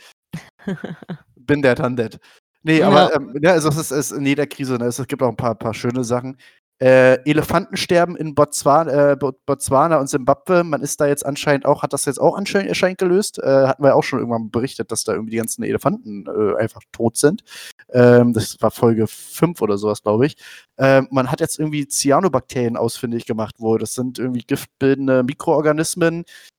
Bin der, done that. Nee, aber also es ist in jeder Krise, ne? Es gibt auch ein paar schöne Sachen. Elefantensterben in Botswana und Simbabwe. Man ist da jetzt hat das jetzt auch anscheinend gelöst. Hatten wir auch schon irgendwann berichtet, dass da irgendwie die ganzen Elefanten einfach tot sind. Das war Folge 5 oder sowas, glaube ich. Man hat jetzt irgendwie Cyanobakterien ausfindig gemacht, das sind irgendwie giftbildende Mikroorganismen,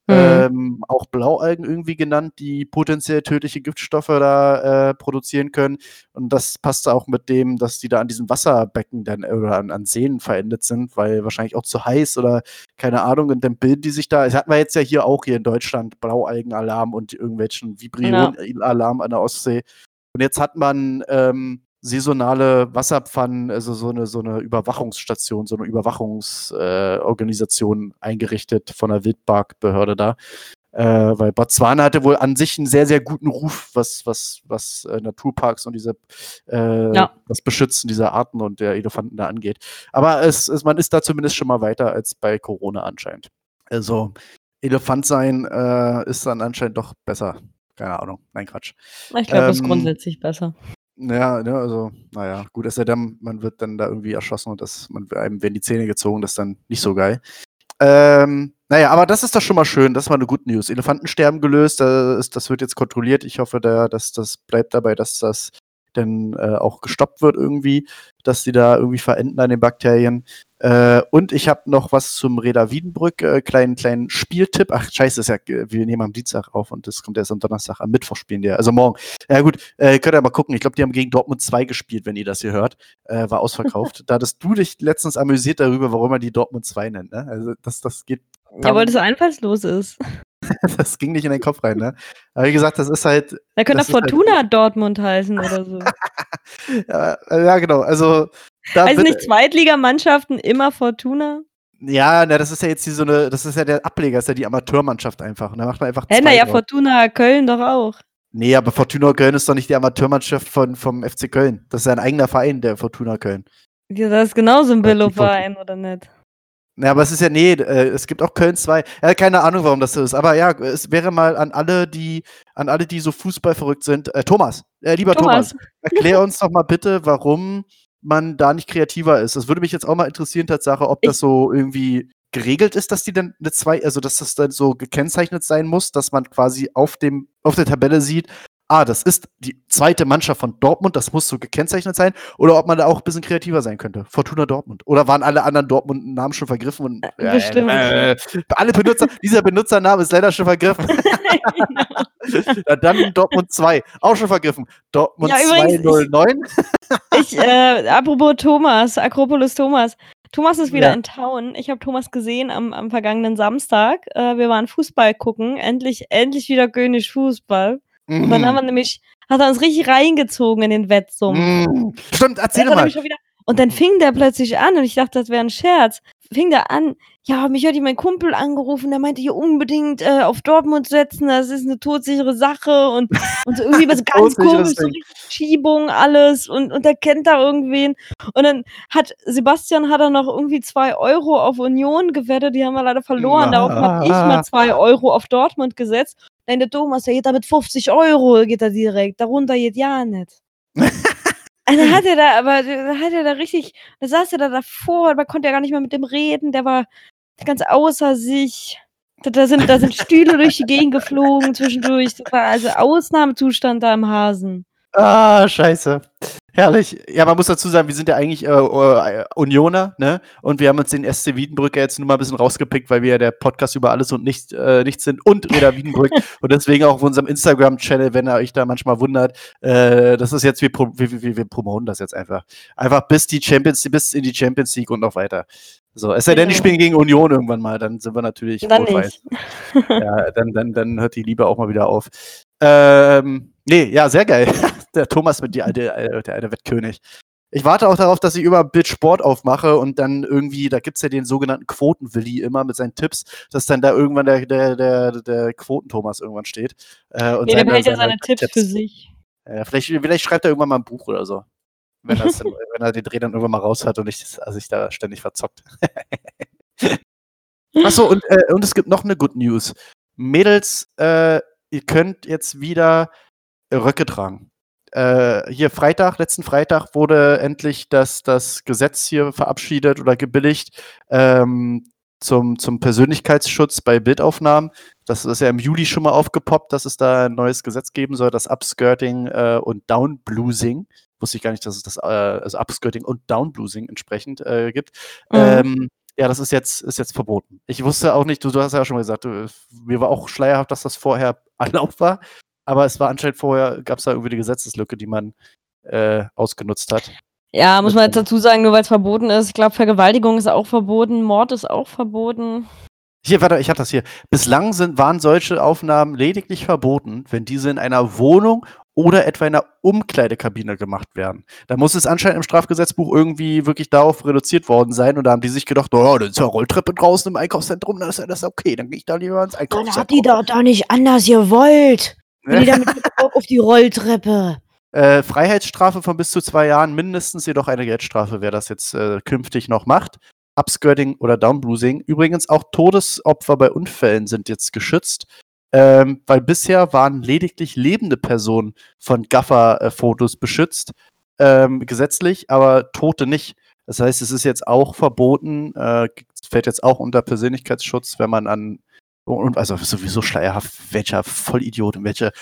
Auch Blaualgen irgendwie genannt, die potenziell tödliche Giftstoffe da produzieren können. Und das passte auch mit dem, dass die da an diesen Wasserbecken dann oder an Seen verendet sind, weil wahrscheinlich auch zu heiß oder keine Ahnung. Und dann bilden die sich da. Das hatten wir jetzt ja hier auch hier in Deutschland, Blaualgenalarm und irgendwelchen Vibrionen-Alarm an der Ostsee. Und jetzt hat man saisonale Wasserpfannen, also so eine Überwachungsstation, so eine Überwachungsorganisation eingerichtet von der Wildparkbehörde da. Weil Botswana hatte wohl an sich einen sehr, sehr guten Ruf, was Naturparks und das Beschützen dieser Arten und der Elefanten da angeht. Aber man ist da zumindest schon mal weiter als bei Corona anscheinend. Also Elefant sein ist dann anscheinend doch besser. Keine Ahnung, nein, Quatsch. Ich glaube, das ist grundsätzlich besser. Ja, ne, also, naja, gut, ist ja dann, man wird dann da irgendwie erschossen und einem werden die Zähne gezogen, das ist dann nicht so geil. Naja, aber das ist doch schon mal schön, das war eine gute News. Elefantensterben gelöst, das wird jetzt kontrolliert. Ich hoffe, dass das bleibt dabei, dass das dann auch gestoppt wird irgendwie, dass die da irgendwie verenden an den Bakterien. Und ich habe noch was zum Reda Wiedenbrück, kleinen Spieltipp. Ach, scheiße, wir nehmen am Dienstag auf und das kommt erst am Donnerstag, am Mittwoch spielen die, also morgen. Ja gut, könnt ihr mal gucken. Ich glaube, die haben gegen Dortmund 2 gespielt, wenn ihr das hier hört. War ausverkauft. Da hattest du dich letztens amüsiert darüber, warum man die Dortmund 2 nennt, ne? Also das geht. Ja, weil das so einfallslos ist. Das ging nicht in den Kopf rein, ne? Aber wie gesagt, das ist halt. Da könnte Fortuna halt Dortmund heißen oder so. ja, genau. Also nicht Zweitligamannschaften immer Fortuna? Ja, das ist ja jetzt das ist ja der Ableger, ist ja die Amateurmannschaft einfach. Und da macht man einfach naja, Fortuna Köln doch auch. Nee, aber Fortuna Köln ist doch nicht die Amateurmannschaft vom FC Köln. Das ist ja ein eigener Verein, der Fortuna Köln. Ja, das ist genauso ein Billo-Verein, oder nicht? Ja, aber es ist ja, es gibt auch Köln 2. Ja, keine Ahnung, warum das so ist. Aber ja, es wäre mal an alle, die so fußballverrückt sind. Lieber Thomas, erklär uns doch mal bitte, warum man da nicht kreativer ist. Das würde mich jetzt auch mal interessieren, Tatsache, ob das so irgendwie geregelt ist, dass die dann dass das dann so gekennzeichnet sein muss, dass man quasi auf der Tabelle sieht, das ist die zweite Mannschaft von Dortmund, das muss so gekennzeichnet sein, oder ob man da auch ein bisschen kreativer sein könnte. Fortuna Dortmund. Oder waren alle anderen Dortmund-Namen schon vergriffen? Und, bestimmt. Alle Benutzer, dieser Benutzername ist leider schon vergriffen. Genau. Dann Dortmund 2, auch schon vergriffen. Dortmund 209. Apropos Akropolis Thomas. Thomas ist wieder in Town. Ich habe Thomas gesehen am vergangenen Samstag. Wir waren Fußball gucken. Endlich wieder König Fußball. Und dann hat er uns richtig reingezogen in den Wettsumpf. Stimmt, erzähl mal. Und dann fing der plötzlich an und ich dachte, das wäre ein Scherz. Fing der an, mich hat mein Kumpel angerufen, der meinte, hier unbedingt auf Dortmund setzen, das ist eine todsichere Sache und so irgendwie was ganz komisch, so richtig Schiebung, alles und der kennt da irgendwen. Und dann hat Sebastian noch irgendwie 2 Euro auf Union gewettet, die haben wir leider verloren, darauf habe ich mal 2 Euro auf Dortmund gesetzt. Nein, der Thomas, der geht da mit 50 Euro, geht er direkt. Darunter geht ja nicht. Da saß er da davor, man konnte ja gar nicht mehr mit dem reden, der war ganz außer sich. Da sind Stühle durch die Gegend geflogen zwischendurch. Das war also Ausnahmezustand da im Hasen. Scheiße. Herrlich. Ja, man muss dazu sagen, wir sind ja eigentlich Unioner, ne? Und wir haben uns den SC Wiedenbrück jetzt nur mal ein bisschen rausgepickt, weil wir ja der Podcast über alles und nichts sind und Reda Wiedenbrück. Und deswegen auch auf unserem Instagram-Channel, wenn ihr euch da manchmal wundert, das ist jetzt, wir promoten das jetzt einfach. Einfach bis in die Champions League und noch weiter. So, es sei denn, die spielen gegen Union irgendwann mal, dann sind wir natürlich rot-weiß. Ja, dann hört die Liebe auch mal wieder auf. Sehr geil. Der Thomas mit der alte Wettkönig. Ich warte auch darauf, dass ich über Bild Sport aufmache und dann irgendwie, da gibt es ja den sogenannten Quoten-Willi immer mit seinen Tipps, dass dann da irgendwann der Quoten-Thomas irgendwann steht. Und der behält ja seine Tipps für sich. Vielleicht schreibt er irgendwann mal ein Buch oder so. Wenn er den Dreh dann irgendwann mal raus hat und sich da ständig verzockt. Achso, und es gibt noch eine Good News. Mädels, ihr könnt jetzt wieder Röcke tragen. Hier letzten Freitag wurde endlich das Gesetz hier verabschiedet oder gebilligt zum Persönlichkeitsschutz bei Bildaufnahmen. Das ist ja im Juli schon mal aufgepoppt, dass es da ein neues Gesetz geben soll, das Upskirting und Downbluesing. Wusste ich gar nicht, dass es das also Upskirting und Downbluesing entsprechend gibt. Ja, das ist jetzt verboten. Ich wusste auch nicht, du hast ja schon mal gesagt, mir war auch schleierhaft, dass das vorher erlaubt war, aber es war anscheinend vorher, gab es da irgendwie eine Gesetzeslücke, die man ausgenutzt hat. Ja, muss man jetzt dazu sagen, nur weil es verboten ist. Ich glaube, Vergewaltigung ist auch verboten, Mord ist auch verboten. Hier, warte, ich habe das hier. Bislang waren solche Aufnahmen lediglich verboten, wenn diese in einer Wohnung oder etwa in einer Umkleidekabine gemacht werden. Da muss es anscheinend im Strafgesetzbuch irgendwie wirklich darauf reduziert worden sein. Und da haben die sich gedacht, oh, da ist ja Rolltreppe draußen im Einkaufszentrum, dann ist ja das okay, dann gehe ich da lieber ins Einkaufszentrum. Dann habt ihr doch da nicht anders gewollt. Bin ich damit auf die Rolltreppe. Freiheitsstrafe von bis zu 2 Jahren, mindestens jedoch eine Geldstrafe, wer das jetzt künftig noch macht. Upskirting oder Downbluesing. Übrigens auch Todesopfer bei Unfällen sind jetzt geschützt, weil bisher waren lediglich lebende Personen von Gaffer-Fotos beschützt, gesetzlich, aber Tote nicht. Das heißt, es ist jetzt auch verboten, fällt jetzt auch unter Persönlichkeitsschutz, wenn man also sowieso schleierhaft, welcher Vollidiot und welche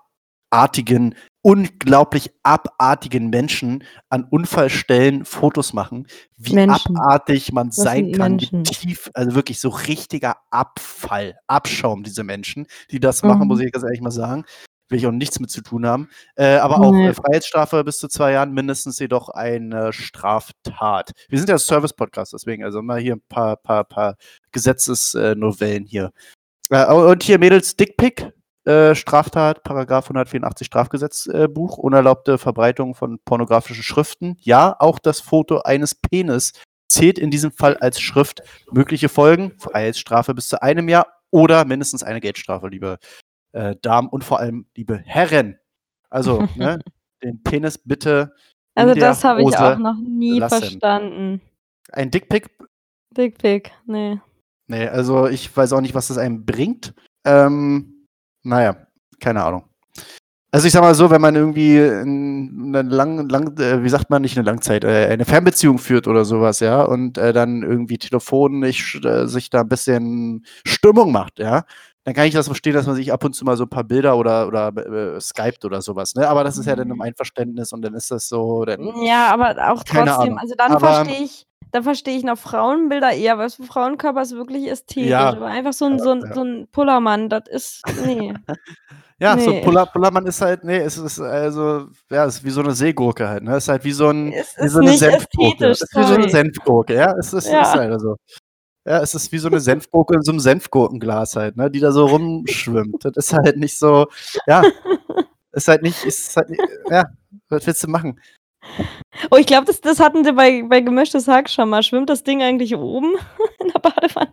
unglaublich abartigen Menschen an Unfallstellen Fotos machen, wie abartig man sein kann, wie tief, also wirklich so richtiger Abschaum, diese Menschen, die das machen, muss ich ganz ehrlich mal sagen. Will ich auch nichts mit zu tun haben. Aber auch Freiheitsstrafe bis zu 2 Jahren, mindestens jedoch eine Straftat. Wir sind ja Service-Podcast, deswegen, also mal hier ein paar Gesetzesnovellen hier. Und hier, Mädels, Dickpick. Straftat, Paragraph 184 Strafgesetzbuch, unerlaubte Verbreitung von pornografischen Schriften. Ja, auch das Foto eines Penis zählt in diesem Fall als Schrift. Mögliche Folgen, Freiheitsstrafe bis zu 1 Jahr oder mindestens eine Geldstrafe, liebe Damen und vor allem liebe Herren. Also, ne, den Penis bitte Also das habe ich auch noch nie verstanden. Ein Dickpick? Dickpick, nee. Nee, also ich weiß auch nicht, was das einem bringt. Naja, keine Ahnung. Also ich sag mal so, wenn man irgendwie eine wie sagt man, nicht eine Langzeit, eine Fernbeziehung führt oder sowas, ja, und dann irgendwie telefonisch sich da ein bisschen Stimmung macht, ja, dann kann ich das verstehen, dass man sich ab und zu mal so ein paar Bilder oder skypt oder sowas, ne, aber das ist ja dann im Einverständnis und dann ist das so, dann... Ja, aber auch trotzdem, also dann verstehe ich noch Frauenbilder eher, weil für Frauenkörper ist wirklich ästhetisch, Ja. aber einfach so ein Pullermann, das ist, nee. Ja, so ein Pullermann ist halt, nee, es ist also, ja, es ist wie so eine Seegurke halt, ne? Es ist halt wie so eine Senfgurke. Es ist wie so eine Senfgurke, ja? Es ist halt so. Ja, es ist wie so eine Senfgurke in so einem Senfgurkenglas halt, ne? Die da so rumschwimmt. Das ist halt nicht so, ja. ist halt nicht, ja, was willst du machen? Oh, ich glaube, das hatten sie bei Gemischtes Hack schon mal. Schwimmt das Ding eigentlich oben in der Badewanne?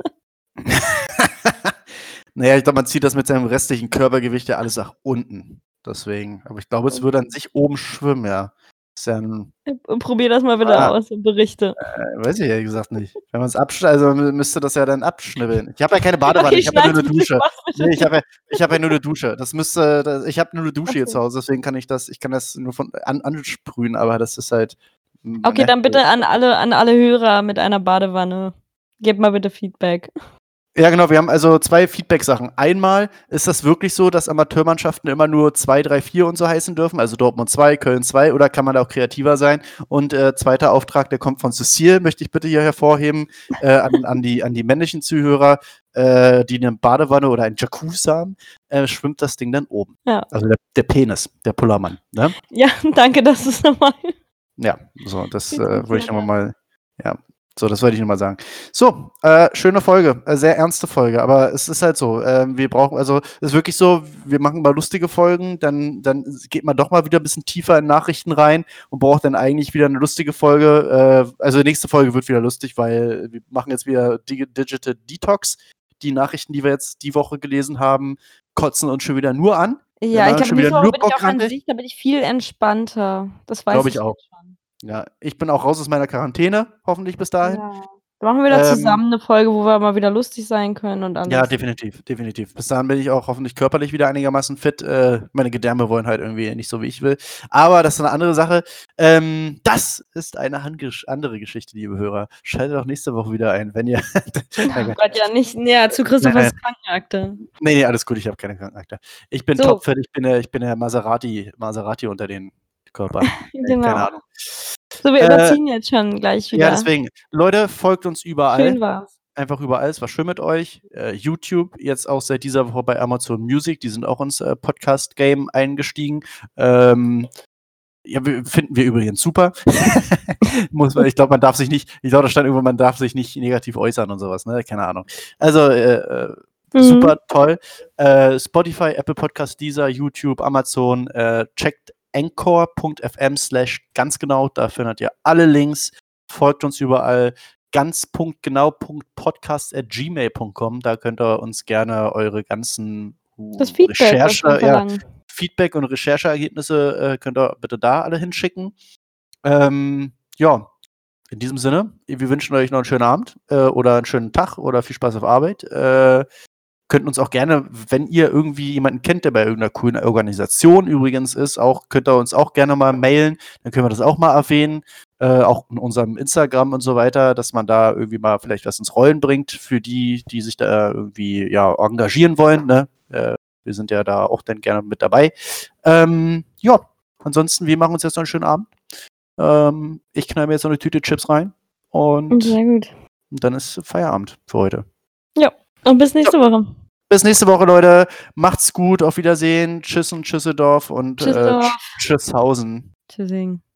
Naja, ich glaube, man zieht das mit seinem restlichen Körpergewicht ja alles nach unten. Deswegen. Aber ich glaube, es würde an sich oben schwimmen, ja. Ist ja Probier das mal wieder aus und berichte. Weiß ich ehrlich gesagt nicht. Wenn man es also müsste das ja dann abschnibbeln. Ich habe ja keine Badewanne, ich habe ja nur eine Dusche. Nee, ich habe ja nur eine Dusche. Ich habe nur eine Dusche hier zu Hause, deswegen kann ich das nur von ansprühen, aber das ist halt. Okay, dann bitte an alle Hörer mit einer Badewanne. Gebt mal bitte Feedback. Ja, genau, wir haben also 2 Feedback-Sachen. Einmal ist das wirklich so, dass Amateurmannschaften immer nur 2, 3, 4 und so heißen dürfen, also Dortmund 2, Köln 2, oder kann man da auch kreativer sein? Und zweiter Auftrag, der kommt von Cecile, möchte ich bitte hier hervorheben, an die männlichen Zuhörer, die eine Badewanne oder ein Jacuzzi haben, schwimmt das Ding dann oben. Ja. Also der Penis, der Pullermann. Ne? Ja, danke, dass du es nochmal... Ja, so, das wollte ich nochmal, ja. So, das wollte ich nochmal sagen. So, schöne Folge, sehr ernste Folge, aber es ist halt so, wir brauchen, also es ist wirklich so, wir machen mal lustige Folgen, dann geht man doch mal wieder ein bisschen tiefer in Nachrichten rein und braucht dann eigentlich wieder eine lustige Folge. Also die nächste Folge wird wieder lustig, weil wir machen jetzt wieder Digital Detox. Die Nachrichten, die wir jetzt die Woche gelesen haben, kotzen uns schon wieder nur an. Ja, ich glaube, bin ich viel entspannter. Das weiß ich auch. Schon. Ja, ich bin auch raus aus meiner Quarantäne, hoffentlich bis dahin. Ja. Dann machen wir da zusammen eine Folge, wo wir mal wieder lustig sein können und alles. Ja, definitiv. Bis dahin bin ich auch hoffentlich körperlich wieder einigermaßen fit. Meine Gedärme wollen halt irgendwie nicht so, wie ich will. Aber das ist eine andere Sache. Das ist eine andere Geschichte, liebe Hörer. Schaltet auch nächste Woche wieder ein, wenn ihr... ja nicht näher zu Christophers Krankenakte. Nee, alles gut, ich habe keine Krankenakte. Ich bin topfit, ich bin der Maserati unter den Körpern. Genau. Keine Ahnung. So, wir überziehen jetzt schon gleich wieder. Ja, deswegen, Leute, folgt uns überall. Schön war's. Einfach überall, es war schön mit euch. YouTube, jetzt auch seit dieser Woche bei Amazon Music, die sind auch ins Podcast-Game eingestiegen. Ja, finden wir übrigens super. Ich glaube, da stand irgendwo, man darf sich nicht negativ äußern und sowas, ne? Keine Ahnung. Also, super toll. Spotify, Apple Podcast, Deezer, YouTube, Amazon, checkt anchor.fm/ganz genau, da findet ihr alle Links. Folgt uns überall. ganz.genau.podcast@gmail.com. Da könnt ihr uns gerne eure ganzen Feedback und Rechercheergebnisse könnt ihr bitte da alle hinschicken. Ja, in diesem Sinne, wir wünschen euch noch einen schönen Abend oder einen schönen Tag oder viel Spaß auf Arbeit. Könnt uns auch gerne, wenn ihr irgendwie jemanden kennt, der bei irgendeiner coolen Organisation übrigens ist, könnt ihr uns auch gerne mal mailen, dann können wir das auch mal erwähnen, auch in unserem Instagram und so weiter, dass man da irgendwie mal vielleicht was ins Rollen bringt für die sich da irgendwie engagieren wollen, ne? Wir sind ja da auch dann gerne mit dabei. Ansonsten, wir machen uns jetzt noch einen schönen Abend. Ich knall mir jetzt noch eine Tüte Chips rein und sehr gut. Dann ist Feierabend für heute. Ja, und bis nächste Woche. Bis nächste Woche, Leute. Macht's gut, auf Wiedersehen. Tschüss und Tschüsseldorf und Tschüsshausen. Tschüssing.